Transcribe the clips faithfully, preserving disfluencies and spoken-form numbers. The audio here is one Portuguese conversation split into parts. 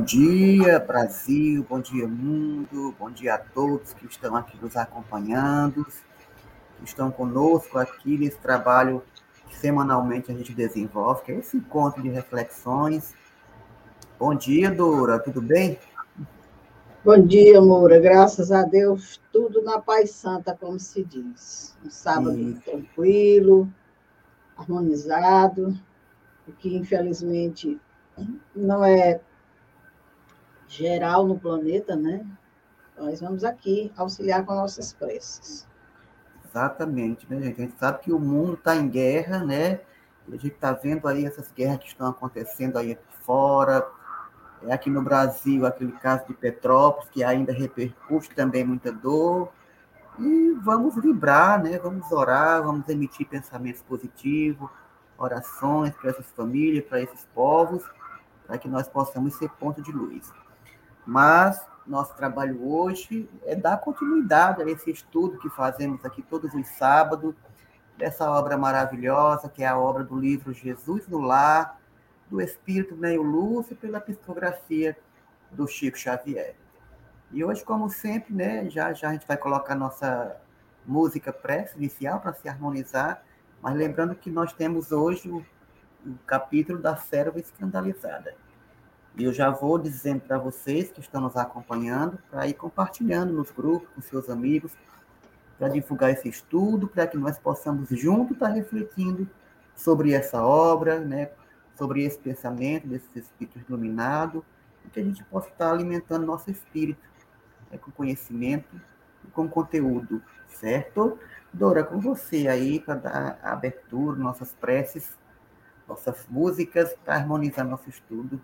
dia, Brasil, bom dia, mundo, bom dia a todos que estão aqui nos acompanhando, que estão conosco aqui nesse trabalho que semanalmente a gente desenvolve, que é esse encontro de reflexões. Bom dia, Dora, tudo bem? Bom dia, Moura, graças a Deus, tudo na paz santa, como se diz. Um sábado Sim. tranquilo, harmonizado, o que infelizmente não é geral no planeta, né? Nós vamos aqui auxiliar com nossas preces. Exatamente, né, gente? A gente sabe que o mundo está em guerra, né? E a gente está vendo aí essas guerras que estão acontecendo aí fora. É aqui no Brasil, aquele caso de Petrópolis, que ainda repercute também muita dor. E vamos vibrar, né? Vamos orar, vamos emitir pensamentos positivos, orações para essas famílias, para esses povos, para que nós possamos ser ponto de luz. Mas nosso trabalho hoje é dar continuidade a esse estudo que fazemos aqui todos os sábados, dessa obra maravilhosa, que é a obra do livro Jesus no Lar, do Espírito Neio Lúcio, pela psicografia do Chico Xavier. E hoje, como sempre, né, já, já a gente vai colocar nossa música prece inicial para se harmonizar, mas lembrando que nós temos hoje o, o capítulo da Serva Escandalizada. E eu já vou dizendo para vocês que estão nos acompanhando, para ir compartilhando nos grupos com seus amigos, para divulgar esse estudo, para que nós possamos juntos estar refletindo sobre essa obra, né, sobre esse pensamento desses espíritos iluminados, e que a gente possa estar alimentando nosso espírito, né, com conhecimento e com conteúdo, certo? Dora, com você aí, para dar a abertura, nossas preces, nossas músicas, para harmonizar nosso estudo.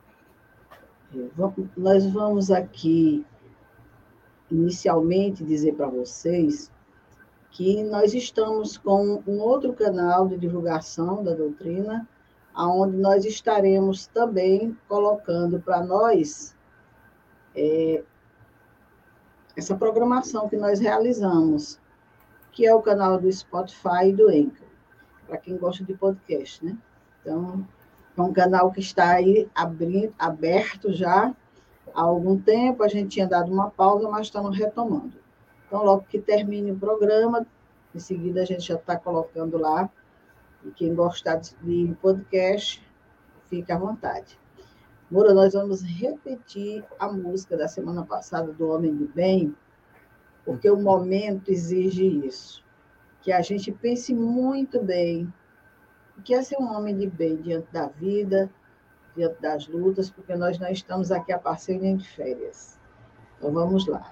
Nós vamos aqui, inicialmente, dizer para vocês que nós estamos com um outro canal de divulgação da doutrina, onde nós estaremos também colocando para nós é, essa programação que nós realizamos, que é o canal do Spotify e do Anchor, para quem gosta de podcast, né? Então, é um canal que está aí abrindo, aberto já há algum tempo, a gente tinha dado uma pausa, mas estamos retomando. Então, logo que termine o programa, em seguida a gente já está colocando lá, e quem gostar de podcast, fique à vontade. Moura, nós vamos repetir a música da semana passada do Homem do Bem, porque o momento exige isso, que a gente pense muito bem o que é ser um homem de bem diante da vida, diante das lutas, porque nós não estamos aqui a passeio nem de férias. Então, vamos lá.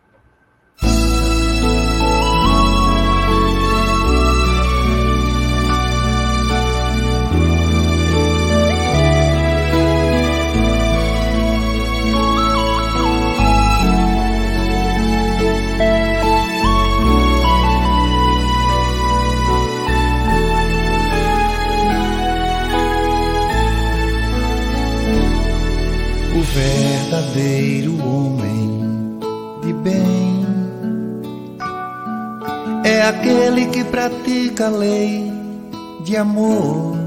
Verdadeiro homem de bem é aquele que pratica a lei de amor,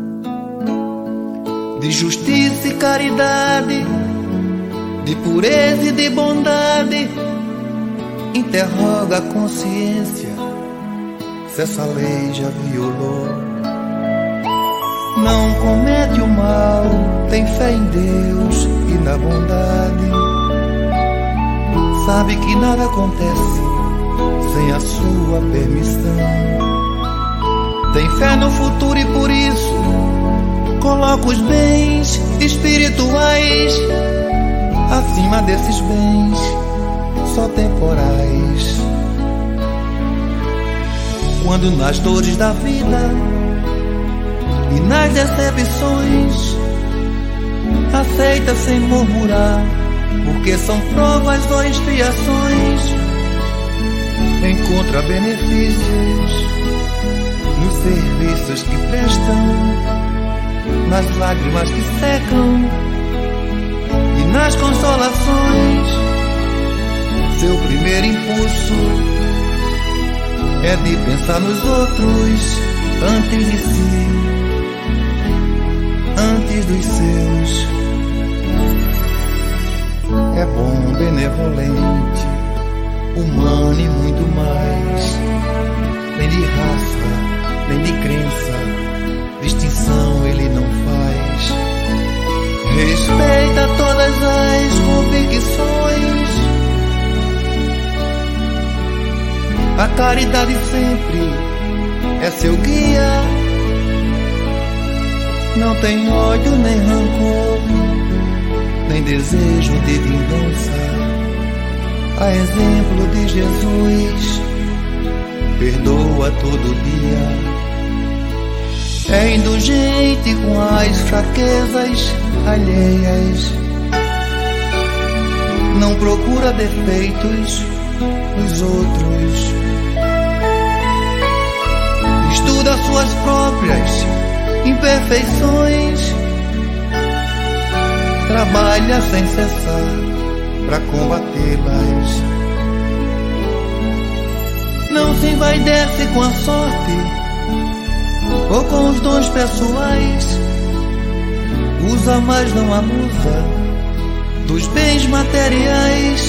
de justiça e caridade, de pureza e de bondade. Interroga a consciência se essa lei já violou. Não comete o mal, tem fé em Deus e na bondade. Sabe que nada acontece sem a sua permissão. Tem fé no futuro e por isso coloca os bens espirituais acima desses bens só temporais. Quando nas dores da vida e nas decepções aceita sem murmurar, porque são provas ou expiações. Encontra benefícios nos serviços que prestam, nas lágrimas que secam e nas consolações. Seu primeiro impulso é de pensar nos outros antes de si, antes dos seus. bom, benevolente, humano e muito mais. Nem de raça, nem de crença, distinção ele não faz. Respeita todas as convicções. A caridade sempre é seu guia. Não tem ódio nem rancor, nem desejo de vingança. A exemplo de Jesus, perdoa todo dia. É indulgente com as fraquezas alheias. Não procura defeitos nos outros. Estuda suas próprias imperfeições. Trabalha sem cessar para combatê-las. Não se envaidece com a sorte ou com os dons pessoais. Usa, mas não abusa dos bens materiais.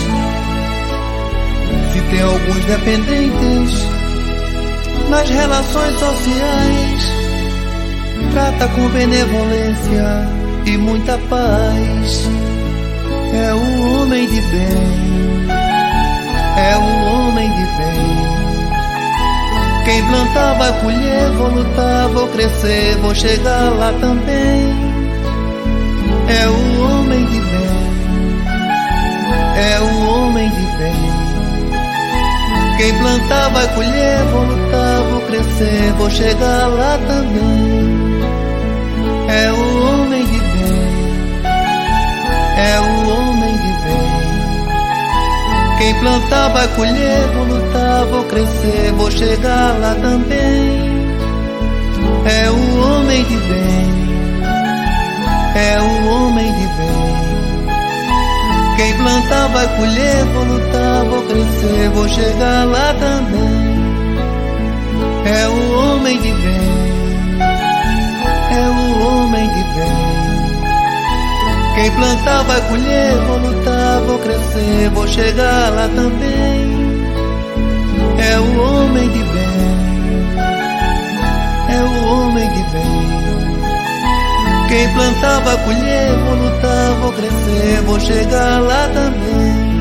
Se tem alguns dependentes nas relações sociais, trata com benevolência e muita paz. É o homem de bem, é o homem de bem. Quem plantar vai colher, vou lutar, vou crescer, vou chegar lá também. É o homem de bem, é o homem de bem. Quem plantar vai colher, vou lutar, vou crescer, vou chegar lá também. É o homem de bem, é o homem de bem. Quem plantar vai colher, vou lutar, vou crescer, vou chegar lá também. É o homem de bem, é o homem de bem. Quem plantar vai colher, vou lutar, vou crescer, vou chegar lá também. É o homem de bem, é o homem de bem. Quem plantar vai colher, vou lutar, vou crescer, vou chegar lá também. É o homem de bem, é o homem de bem. Quem plantar vai colher, vou lutar, vou crescer, vou chegar lá também.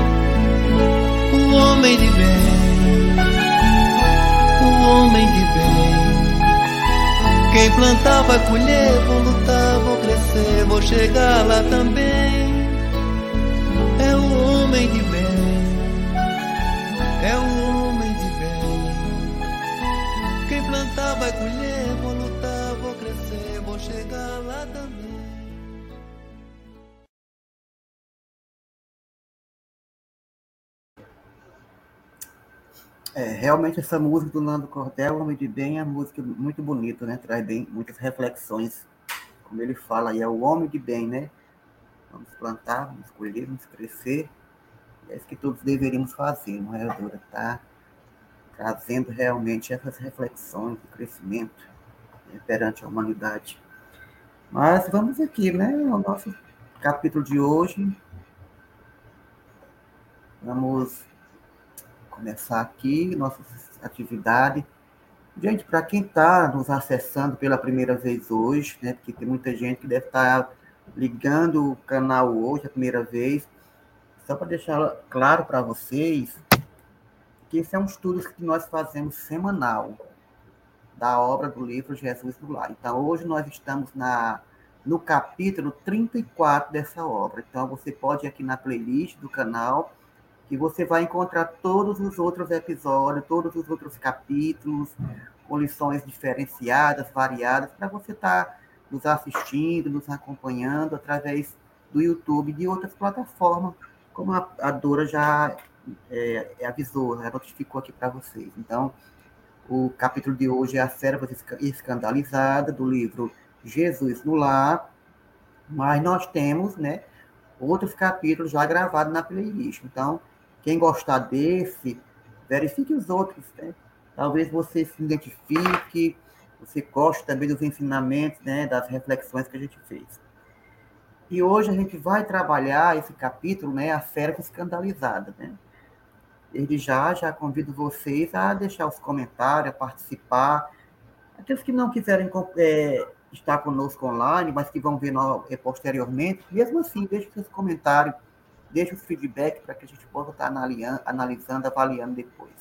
O homem de bem, o homem de bem. Quem plantar vai colher, vou lutar, vou crescer, vou chegar lá também. É o homem de bem, é o homem de bem. Quem plantar vai colher, vou lutar, vou crescer, vou chegar lá também. É, realmente essa música do Nando Cordel, Homem de Bem, é uma música muito bonita, né? Traz bem muitas reflexões. Como ele fala aí, é o homem de bem, né? Vamos plantar, vamos colher, vamos crescer. É isso que todos deveríamos fazer, não é, Dora? Tá trazendo realmente essas reflexões de crescimento, né, perante a humanidade. Mas vamos aqui, né? O nosso capítulo de hoje. Vamos começar aqui nossa atividade. Gente, para quem está nos acessando pela primeira vez hoje, né, porque tem muita gente que deve estar ligando o canal hoje, a primeira vez, só para deixar claro para vocês que esse é um estudo que nós fazemos semanal da obra do livro Jesus no Lar. Então, hoje nós estamos na, no capítulo trinta e quatro dessa obra. Então, você pode ir aqui na playlist do canal, que você vai encontrar todos os outros episódios, todos os outros capítulos, com lições diferenciadas, variadas, para você estar tá nos assistindo, nos acompanhando através do YouTube e de outras plataformas, como a, a Dora já é, avisou, já notificou aqui para vocês. Então, o capítulo de hoje é a Serva Escandalizada, do livro Jesus no Lar, mas nós temos, né, outros capítulos já gravados na playlist. Então, quem gostar desse, verifique os outros, né? Talvez você se identifique, você goste também dos ensinamentos, né, das reflexões que a gente fez. E hoje a gente vai trabalhar esse capítulo, né, a serva escandalizada, né? Desde já, já convido vocês a deixar os comentários, a participar. Aqueles que não quiserem é, estar conosco online, mas que vão ver no, é, posteriormente, mesmo assim, deixe seus comentários, deixe os feedback para que a gente possa estar analisando, analisando, avaliando depois.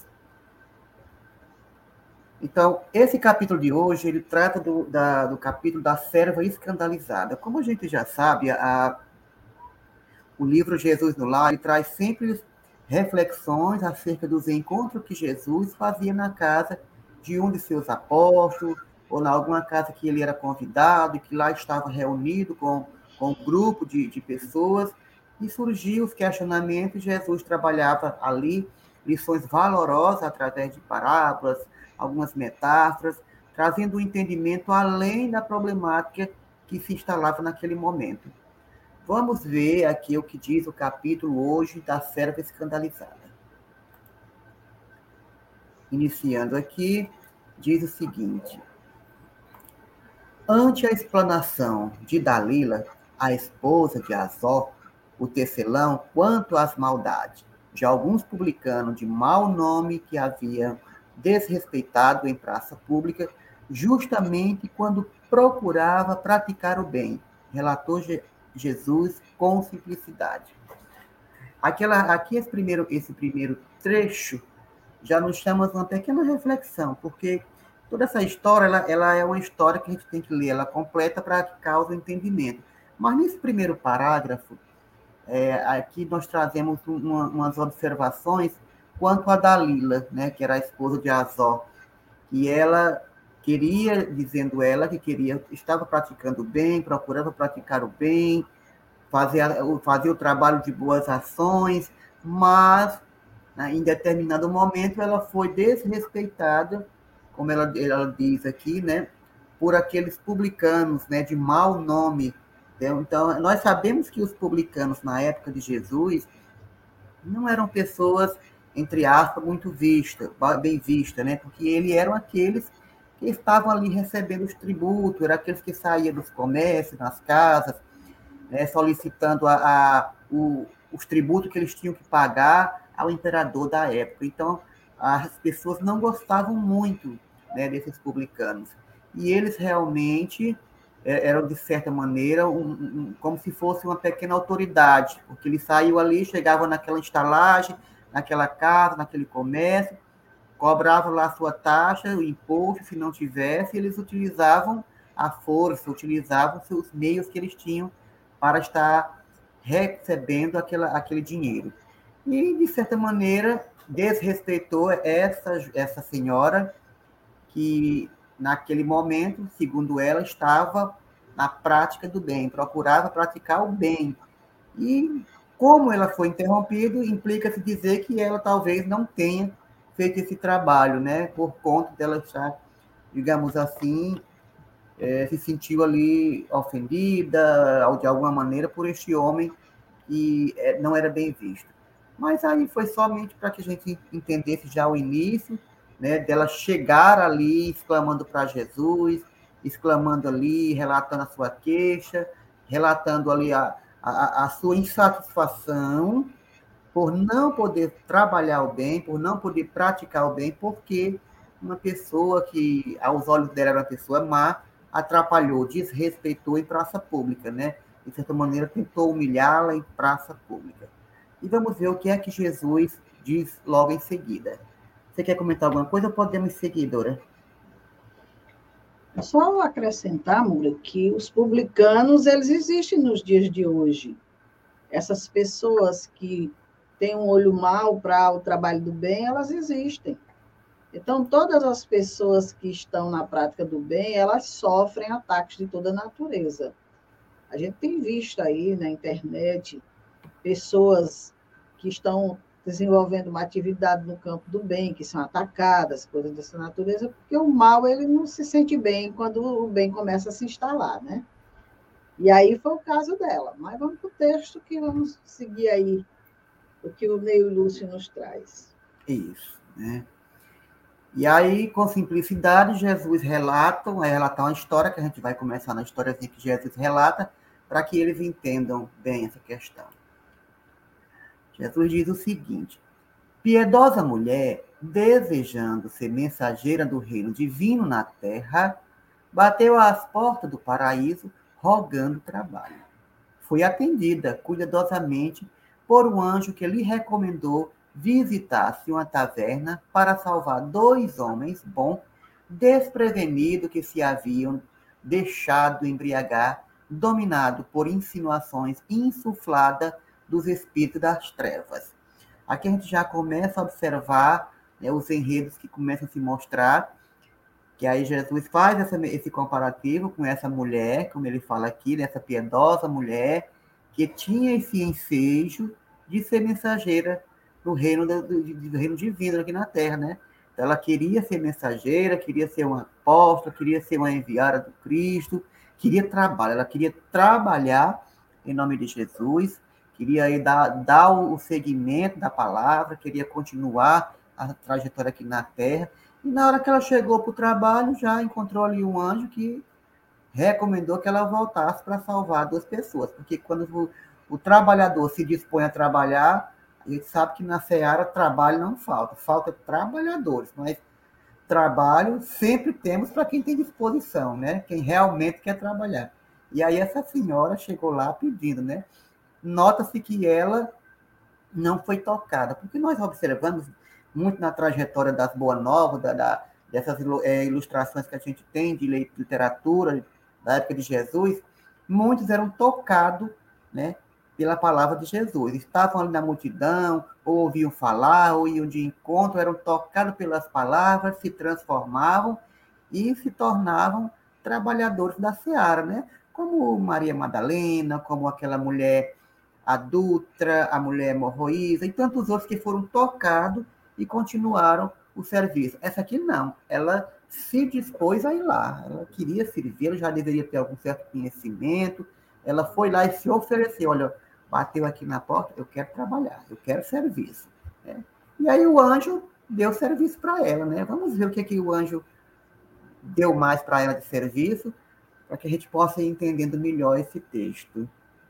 Então, esse capítulo de hoje, ele trata do, da, do capítulo da serva escandalizada. Como a gente já sabe, a, o livro Jesus no Lar, ele traz sempre reflexões acerca dos encontros que Jesus fazia na casa de um de seus apóstolos, ou em alguma casa que ele era convidado, e que lá estava reunido com, com um grupo de, de pessoas, e surgiam os questionamentos, Jesus trabalhava ali lições valorosas através de parábolas, algumas metáforas, trazendo um entendimento além da problemática que se instalava naquele momento. Vamos ver aqui o que diz o capítulo hoje da serva escandalizada. Iniciando aqui, diz o seguinte: ante a explanação de Dalila, a esposa de Azor, o tecelão, quanto às maldades de alguns publicanos de mau nome que haviam desrespeitado em praça pública, justamente quando procurava praticar o bem, relatou Jesus com simplicidade. Aquela, aqui esse primeiro, esse primeiro trecho já nos chama uma pequena reflexão, porque toda essa história ela, ela é uma história que a gente tem que ler ela completa para que cause o entendimento. Mas nesse primeiro parágrafo, é, aqui nós trazemos uma, umas observações quanto a Dalila, né, que era a esposa de Azor, que ela queria, dizendo ela que queria, estava praticando o bem, procurava praticar o bem, fazia, fazia o trabalho de boas ações, mas em determinado momento ela foi desrespeitada, como ela, ela diz aqui, né, por aqueles publicanos, né, de mau nome. Então, nós sabemos que os publicanos, na época de Jesus, não eram pessoas, entre aspas, muito vistas, bem vistas, né, porque eles eram aqueles que estavam ali recebendo os tributos, eram aqueles que saíam dos comércios, nas casas, né, solicitando a, a, o, os tributos que eles tinham que pagar ao imperador da época. Então, as pessoas não gostavam muito, né, desses publicanos. E eles realmente é, eram, de certa maneira, um, um, como se fosse uma pequena autoridade, porque eles saíam ali, chegavam naquela estalagem, naquela casa, naquele comércio, cobravam lá a sua taxa, o imposto, se não tivesse, eles utilizavam a força, utilizavam os meios que eles tinham para estar recebendo aquela, aquele dinheiro. E, de certa maneira, desrespeitou essa, essa senhora que, naquele momento, segundo ela, estava na prática do bem, procurava praticar o bem. E, como ela foi interrompida, implica-se dizer que ela talvez não tenha feito esse trabalho, né? Por conta dela estar, digamos assim, é, se sentiu ali ofendida, de alguma maneira, por este homem que não era bem visto. Mas aí foi somente para que a gente entendesse já o início, né, dela chegar ali exclamando para Jesus, exclamando ali, relatando a sua queixa, relatando ali a, a, a sua insatisfação por não poder trabalhar o bem, por não poder praticar o bem, porque uma pessoa que, aos olhos dela, era uma pessoa má, atrapalhou, desrespeitou em praça pública, né? De certa maneira, tentou humilhá-la em praça pública. E vamos ver o que é que Jesus diz logo em seguida. Você quer comentar alguma coisa ou podemos seguir, Dora? Só acrescentar, Moura, que os publicanos, eles existem nos dias de hoje. Essas pessoas que têm um olho mau para o trabalho do bem, elas existem. Então, todas as pessoas que estão na prática do bem, elas sofrem ataques de toda a natureza. A gente tem visto aí na internet pessoas que estão desenvolvendo uma atividade no campo do bem, que são atacadas, coisas dessa natureza, porque o mal ele não se sente bem quando o bem começa a se instalar, né? E aí foi o caso dela. Mas vamos para o texto que vamos seguir aí o que o Ney Lúcio nos traz. Isso, né? E aí, com simplicidade, Jesus relata, vai relatar uma história, que a gente vai começar na história que Jesus relata, para que eles entendam bem essa questão. Jesus diz o seguinte: piedosa mulher, desejando ser mensageira do reino divino na terra, bateu às portas do paraíso, rogando trabalho. Foi atendida cuidadosamente por um anjo que lhe recomendou visitasse uma taverna para salvar dois homens bons, desprevenidos, que se haviam deixado embriagar, dominado por insinuações insufladas dos espíritos das trevas. Aqui a gente já começa a observar, né, os enredos que começam a se mostrar, que aí Jesus faz essa, esse comparativo com essa mulher, como ele fala aqui, dessa piedosa mulher, que tinha esse ensejo de ser mensageira do reino, do, do, do reino divino aqui na Terra, né? Então, ela queria ser mensageira, queria ser uma apóstola, queria ser uma enviada do Cristo, queria trabalhar, ela queria trabalhar em nome de Jesus, queria aí dar, dar o segmento da palavra, queria continuar a trajetória aqui na Terra. E na hora que ela chegou para o trabalho, já encontrou ali um anjo que recomendou que ela voltasse para salvar duas pessoas. Porque quando o, o trabalhador se dispõe a trabalhar, a gente sabe que na seara trabalho não falta. Falta trabalhadores, mas trabalho sempre temos para quem tem disposição, né? Quem realmente quer trabalhar. E aí essa senhora chegou lá pedindo, né? Nota-se que ela não foi tocada, porque nós observamos muito na trajetória das Boas Novas, da, da, dessas é, ilustrações que a gente tem de literatura da época de Jesus, muitos eram tocados, né, pela palavra de Jesus. Estavam ali na multidão, ou ouviam falar, ou iam de encontro, eram tocados pelas palavras, se transformavam e se tornavam trabalhadores da seara, né? Como Maria Madalena, como aquela mulher, a Dutra, a mulher hemorroísa, e tantos outros que foram tocados e continuaram o serviço. Essa aqui não, ela se dispôs a ir lá, ela queria servir, ela já deveria ter algum certo conhecimento, ela foi lá e se ofereceu, olha, bateu aqui na porta, eu quero trabalhar, eu quero serviço. Né? E aí o anjo deu serviço para ela, né? Vamos ver o que, que o anjo deu mais para ela de serviço, para que a gente possa ir entendendo melhor esse texto.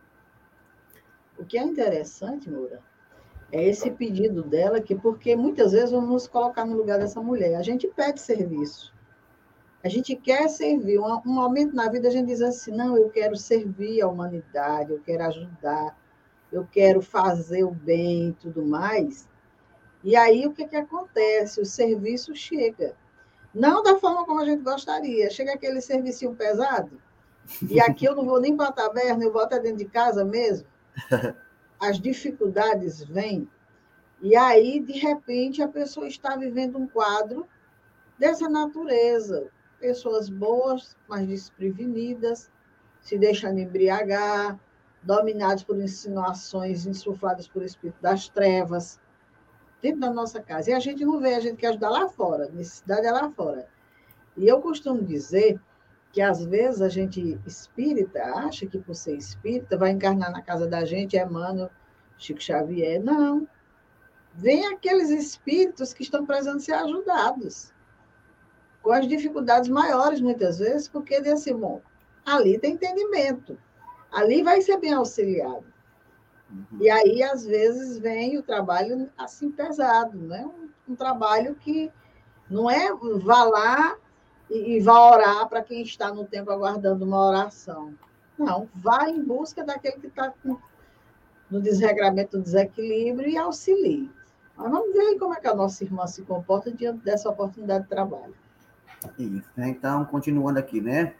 O que é interessante, Moura, é esse pedido dela, que porque muitas vezes vamos nos colocar no lugar dessa mulher. A gente pede serviço. A gente quer servir. Um, um momento na vida a gente diz assim, não, eu quero servir a humanidade, eu quero ajudar, eu quero fazer o bem e tudo mais. E aí o que, que acontece? O serviço chega. Não da forma como a gente gostaria. Chega aquele serviço pesado, e aqui eu não vou nem para a taberna, eu vou até dentro de casa mesmo. As dificuldades vêm, e aí, de repente, a pessoa está vivendo um quadro dessa natureza. Pessoas boas, mas desprevenidas, se deixando embriagar, dominados por insinuações insufladas por espírito das trevas, dentro da nossa casa. E a gente não vê, a gente quer ajudar lá fora, a necessidade é lá fora. E eu costumo dizer que, às vezes, a gente espírita acha que, por ser espírita, vai encarnar na casa da gente, Emmanuel, Chico Xavier. Não. Vem aqueles espíritos que estão precisando ser ajudados, com as dificuldades maiores, muitas vezes, porque, desse bom, ali tem entendimento, ali vai ser bem auxiliado. Uhum. E aí, às vezes, vem o trabalho assim pesado, né? um, um trabalho que não é vá lá e vá orar para quem está no tempo aguardando uma oração. Não, vá em busca daquele que está no desregramento do desequilíbrio e auxilie. Mas vamos ver como é que a nossa irmã se comporta diante dessa oportunidade de trabalho. Isso, né? Então, continuando aqui, né?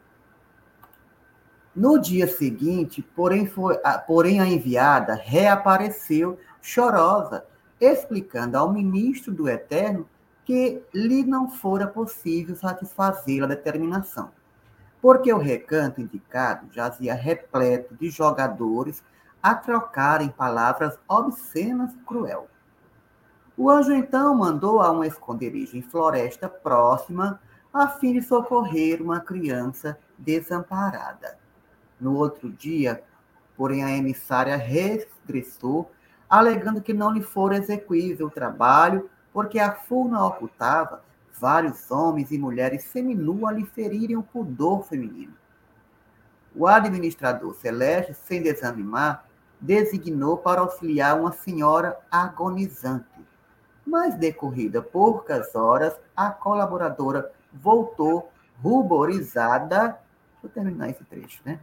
No dia seguinte, porém, foi, porém a enviada reapareceu chorosa, explicando ao ministro do Eterno que lhe não fora possível satisfazer a determinação, porque o recanto indicado jazia repleto de jogadores a trocarem palavras obscenas e cruel. O anjo então mandou a um esconderijo em floresta próxima, a fim de socorrer uma criança desamparada. No outro dia, porém, a emissária regressou, alegando que não lhe fora execuível o trabalho, porque a furna ocultava vários homens e mulheres seminus a lhe ferirem o pudor feminino. o administrador Celeste, sem desanimar, designou para auxiliar uma senhora agonizante. Mas, decorrida poucas horas, a colaboradora voltou ruborizada. Deixa eu terminar esse trecho, né?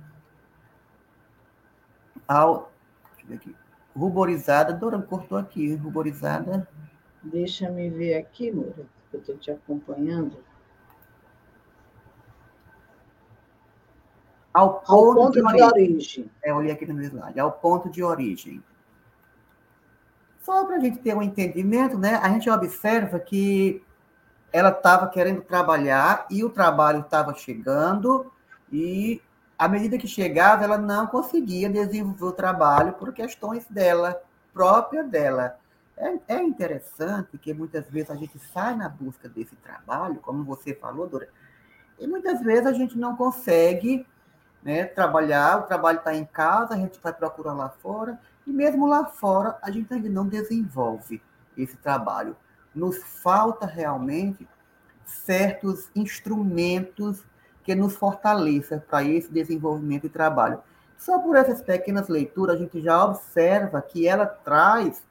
Ao, deixa eu ver aqui. Ruborizada, Dora cortou aqui, ruborizada. Deixa-me ver aqui, Moura, que eu estou te acompanhando. Ao ponto, Ao ponto de, de, de origem. origem. É, eu olhei aqui no meu slide. Ao ponto de origem. Só para a gente ter um entendimento, né? A gente observa que ela estava querendo trabalhar e o trabalho estava chegando e, à medida que chegava, ela não conseguia desenvolver o trabalho por questões dela, própria dela. É, é interessante que muitas vezes a gente sai na busca desse trabalho, como você falou, Dora, e muitas vezes a gente não consegue, né, trabalhar, o trabalho está em casa, a gente vai procurar lá fora, e mesmo lá fora a gente ainda não desenvolve esse trabalho. Nos falta realmente certos instrumentos que nos fortaleçam para esse desenvolvimento e trabalho. Só por essas pequenas leituras a gente já observa que ela traz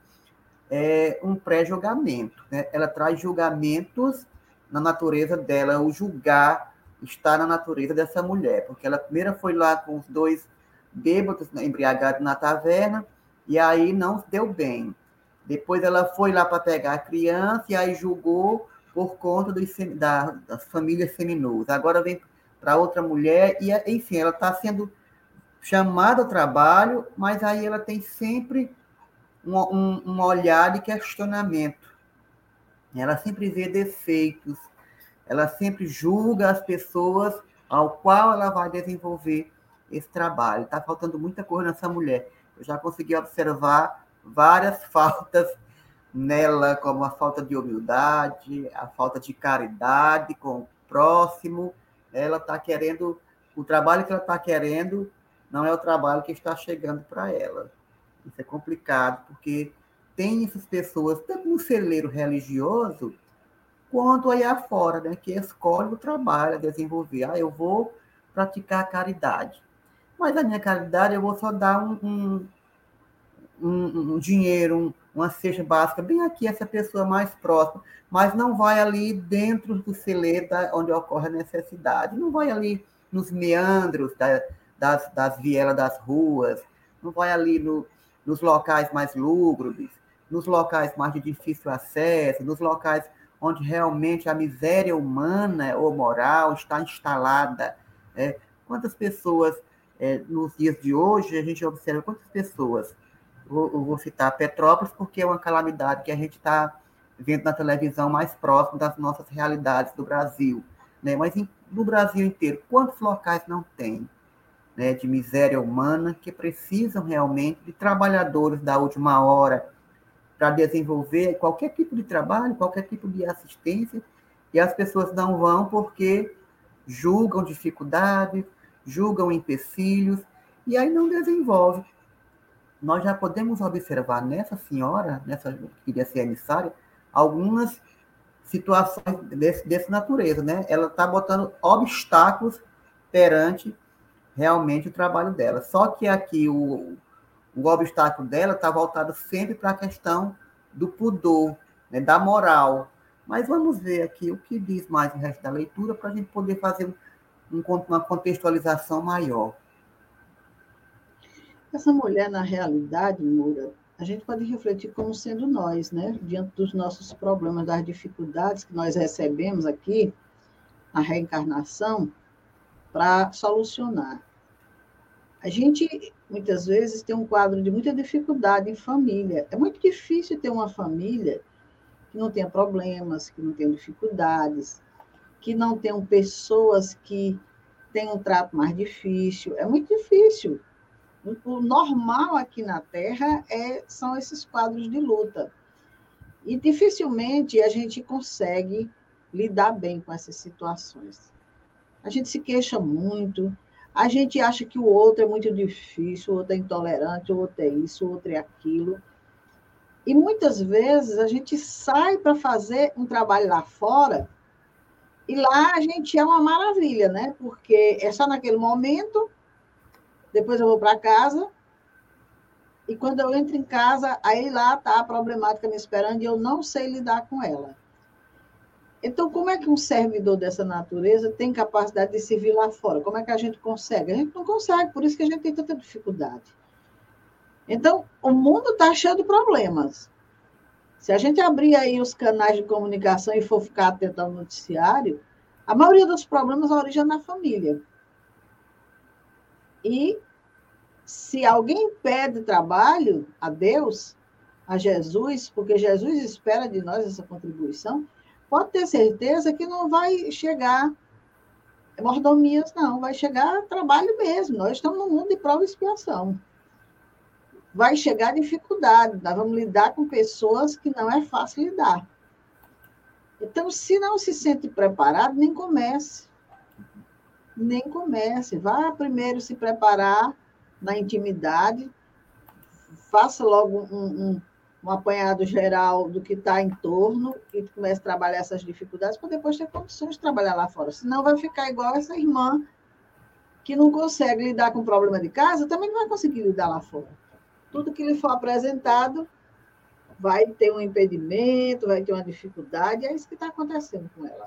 é, um pré-julgamento, né? Ela traz julgamentos na natureza dela, o julgar está na natureza dessa mulher, porque ela primeiro foi lá com os dois bêbados, né, embriagados na taverna, e aí não deu bem. Depois ela foi lá para pegar a criança, e aí julgou por conta dos, da, das famílias seminuas. Agora vem para outra mulher, e enfim, ela está sendo chamada ao trabalho, mas aí ela tem sempre um, um, um olhar de questionamento. Ela sempre vê defeitos, ela sempre julga as pessoas ao qual ela vai desenvolver esse trabalho. Está faltando muita coisa nessa mulher. Eu já consegui observar várias faltas nela, como a falta de humildade, a falta de caridade com o próximo. Ela está querendo, o trabalho que ela está querendo não é o trabalho que está chegando para ela. Isso é complicado, porque tem essas pessoas, tanto no celeiro religioso, quanto aí afora, né, que escolhe o trabalho a desenvolver. Ah, eu vou praticar a caridade. Mas a minha caridade eu vou só dar um, um, um, um dinheiro, um, uma cesta básica, bem aqui, essa pessoa mais próxima, mas não vai ali dentro do celeiro onde ocorre a necessidade, não vai ali nos meandros da, das, das vielas das ruas, não vai ali no, nos locais mais lúgubres, nos locais mais de difícil acesso, nos locais onde realmente a miséria humana ou moral está instalada. É, quantas pessoas, é, nos dias de hoje, a gente observa quantas pessoas, eu, eu vou citar Petrópolis, porque é uma calamidade que a gente está vendo na televisão mais próximo das nossas realidades do Brasil, né? Mas em, no Brasil inteiro, quantos locais não tem, né, de miséria humana que precisam realmente de trabalhadores da última hora, para desenvolver qualquer tipo de trabalho, qualquer tipo de assistência, e as pessoas não vão porque julgam dificuldades, julgam empecilhos, e aí não desenvolve. Nós já podemos observar nessa senhora, nessa que queria ser emissária, algumas situações desse, dessa natureza, né? Ela está botando obstáculos perante realmente o trabalho dela. Só que aqui o O obstáculo dela está voltado sempre para a questão do pudor, né, da moral. Mas vamos ver aqui o que diz mais o resto da leitura para a gente poder fazer um, uma contextualização maior. Essa mulher, na realidade, Moura, a gente pode refletir como sendo nós, né? Diante dos nossos problemas, das dificuldades que nós recebemos aqui, na reencarnação, para solucionar. A gente, muitas vezes, tem um quadro de muita dificuldade em família. É muito difícil ter uma família que não tenha problemas, que não tenha dificuldades, que não tenham pessoas que tenham um trato mais difícil. É muito difícil. O normal aqui na Terra é, são esses quadros de luta. E dificilmente a gente consegue lidar bem com essas situações. A gente se queixa muito. A gente acha que o outro é muito difícil, o outro é intolerante, o outro é isso, o outro é aquilo. E muitas vezes a gente sai para fazer um trabalho lá fora e lá a gente é uma maravilha, né? Porque é só naquele momento depois eu vou para casa, e quando eu entro em casa, aí lá está a problemática me esperando e eu não sei lidar com ela. Então, como é que um servidor dessa natureza tem capacidade de se vir lá fora? Como é que a gente consegue? A gente não consegue, por isso que a gente tem tanta dificuldade. Então, o mundo está cheio de problemas. Se a gente abrir aí os canais de comunicação e for ficar atento ao noticiário, a maioria dos problemas origina na família. E se alguém pede trabalho a Deus, a Jesus, porque Jesus espera de nós essa contribuição, pode ter certeza que não vai chegar mordomias, não. Vai chegar trabalho mesmo. Nós estamos num mundo de prova e expiação. Vai chegar dificuldade. Nós vamos lidar com pessoas que não é fácil lidar. Então, se não se sente preparado, nem comece. Nem comece. Vá primeiro se preparar na intimidade. Faça logo um, um, um apanhado geral do que está em torno e comece a trabalhar essas dificuldades para depois ter condições de trabalhar lá fora. Senão vai ficar igual essa irmã que não consegue lidar com o problema de casa, também não vai conseguir lidar lá fora. Tudo que lhe for apresentado vai ter um impedimento, vai ter uma dificuldade, e é isso que está acontecendo com ela.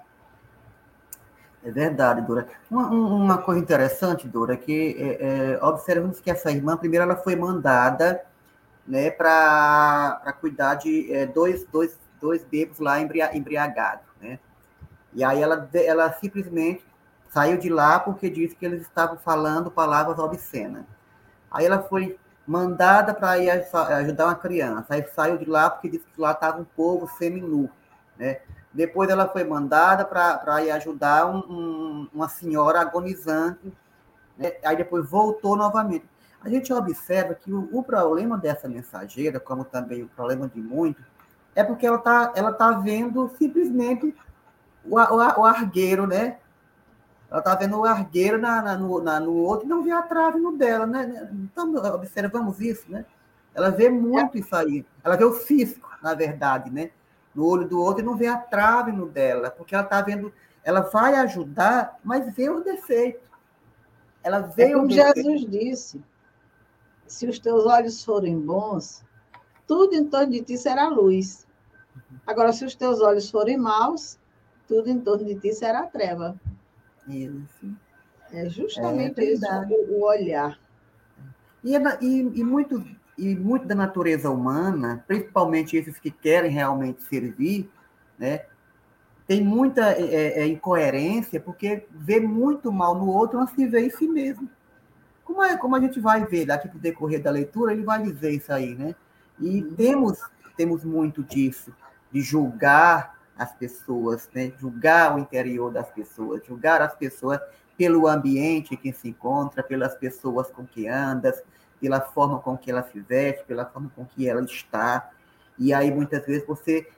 É verdade, Dora. Uma, uma coisa interessante, Dora, é que é, é, observamos que essa irmã, primeiro, ela foi mandada, né, para cuidar de é, dois, dois, dois bebês lá embria, embriagados, né? E aí ela, ela simplesmente saiu de lá porque disse que eles estavam falando palavras obscenas. Aí ela foi mandada para ir ajudar uma criança. Aí saiu de lá porque disse que lá estava um povo seminu, né? Depois ela foi mandada para ir ajudar um, um, uma senhora agonizante, né? Aí depois voltou novamente. A gente observa que o, o problema dessa mensageira, como também o problema de muitos, é porque ela está ela tá vendo simplesmente o, o, o argueiro, né? Ela está vendo o argueiro na, na, no, na, no outro e não vê a trave no dela, né? Então, observamos isso, né? Ela vê muito isso aí. Ela vê o cisco, na verdade, né? No olho do outro e não vê a trave no dela, porque ela está vendo, ela vai ajudar, mas vê o defeito. Ela vê é como o defeito. Jesus disse, se os teus olhos forem bons, tudo em torno de ti será luz. Agora, se os teus olhos forem maus, tudo em torno de ti será treva. Isso. É justamente é isso, o olhar. E, e, e, muito, e muito da natureza humana, principalmente esses que querem realmente servir, né, tem muita é, é, incoerência, porque vê muito mal no outro antes de ver em si mesmo. Como, é, como a gente vai ver daqui para o decorrer da leitura, ele vai dizer isso aí, né? E uhum. temos, temos muito disso, de julgar as pessoas, né? Julgar o interior das pessoas, julgar as pessoas pelo ambiente que se encontra, pelas pessoas com que andas, pela forma com que ela se veste, pela forma com que ela está. E aí, muitas vezes, você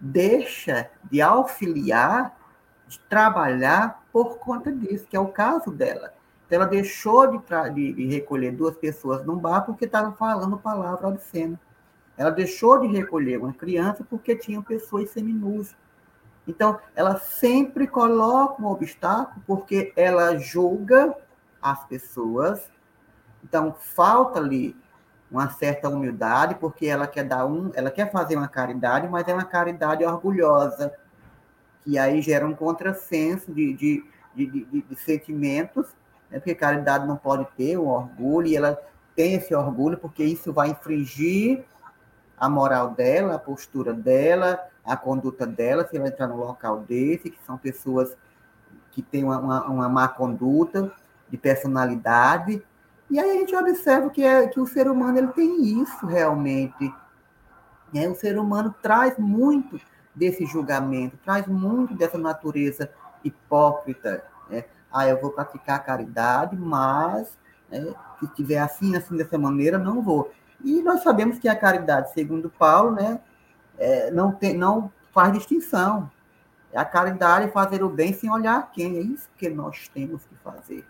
deixa de auxiliar, de trabalhar por conta disso, que é o caso dela. Então, ela deixou de, de, de recolher duas pessoas num bar porque estavam falando palavra obscena. Ela deixou de recolher uma criança porque tinham pessoas seminus. Então, ela sempre coloca um obstáculo porque ela julga as pessoas. Então, falta ali uma certa humildade, porque ela quer dar um, ela quer fazer uma caridade, mas é uma caridade orgulhosa, que aí gera um contrassenso de, de, de, de, de sentimentos, né? Porque caridade não pode ter um orgulho, e ela tem esse orgulho porque isso vai infringir a moral dela, a postura dela, a conduta dela, se ela entrar num local desse, que são pessoas que têm uma, uma, uma má conduta, de personalidade. E aí a gente observa que, é, que o ser humano ele tem isso realmente. Né? O ser humano traz muito desse julgamento, traz muito dessa natureza hipócrita. Né? Ah, eu vou praticar a caridade, mas né, se estiver assim, assim, dessa maneira, não vou. E nós sabemos que a caridade, segundo Paulo, né, é, não, tem, não faz distinção. A caridade é fazer o bem sem olhar quem. É isso que nós temos que fazer.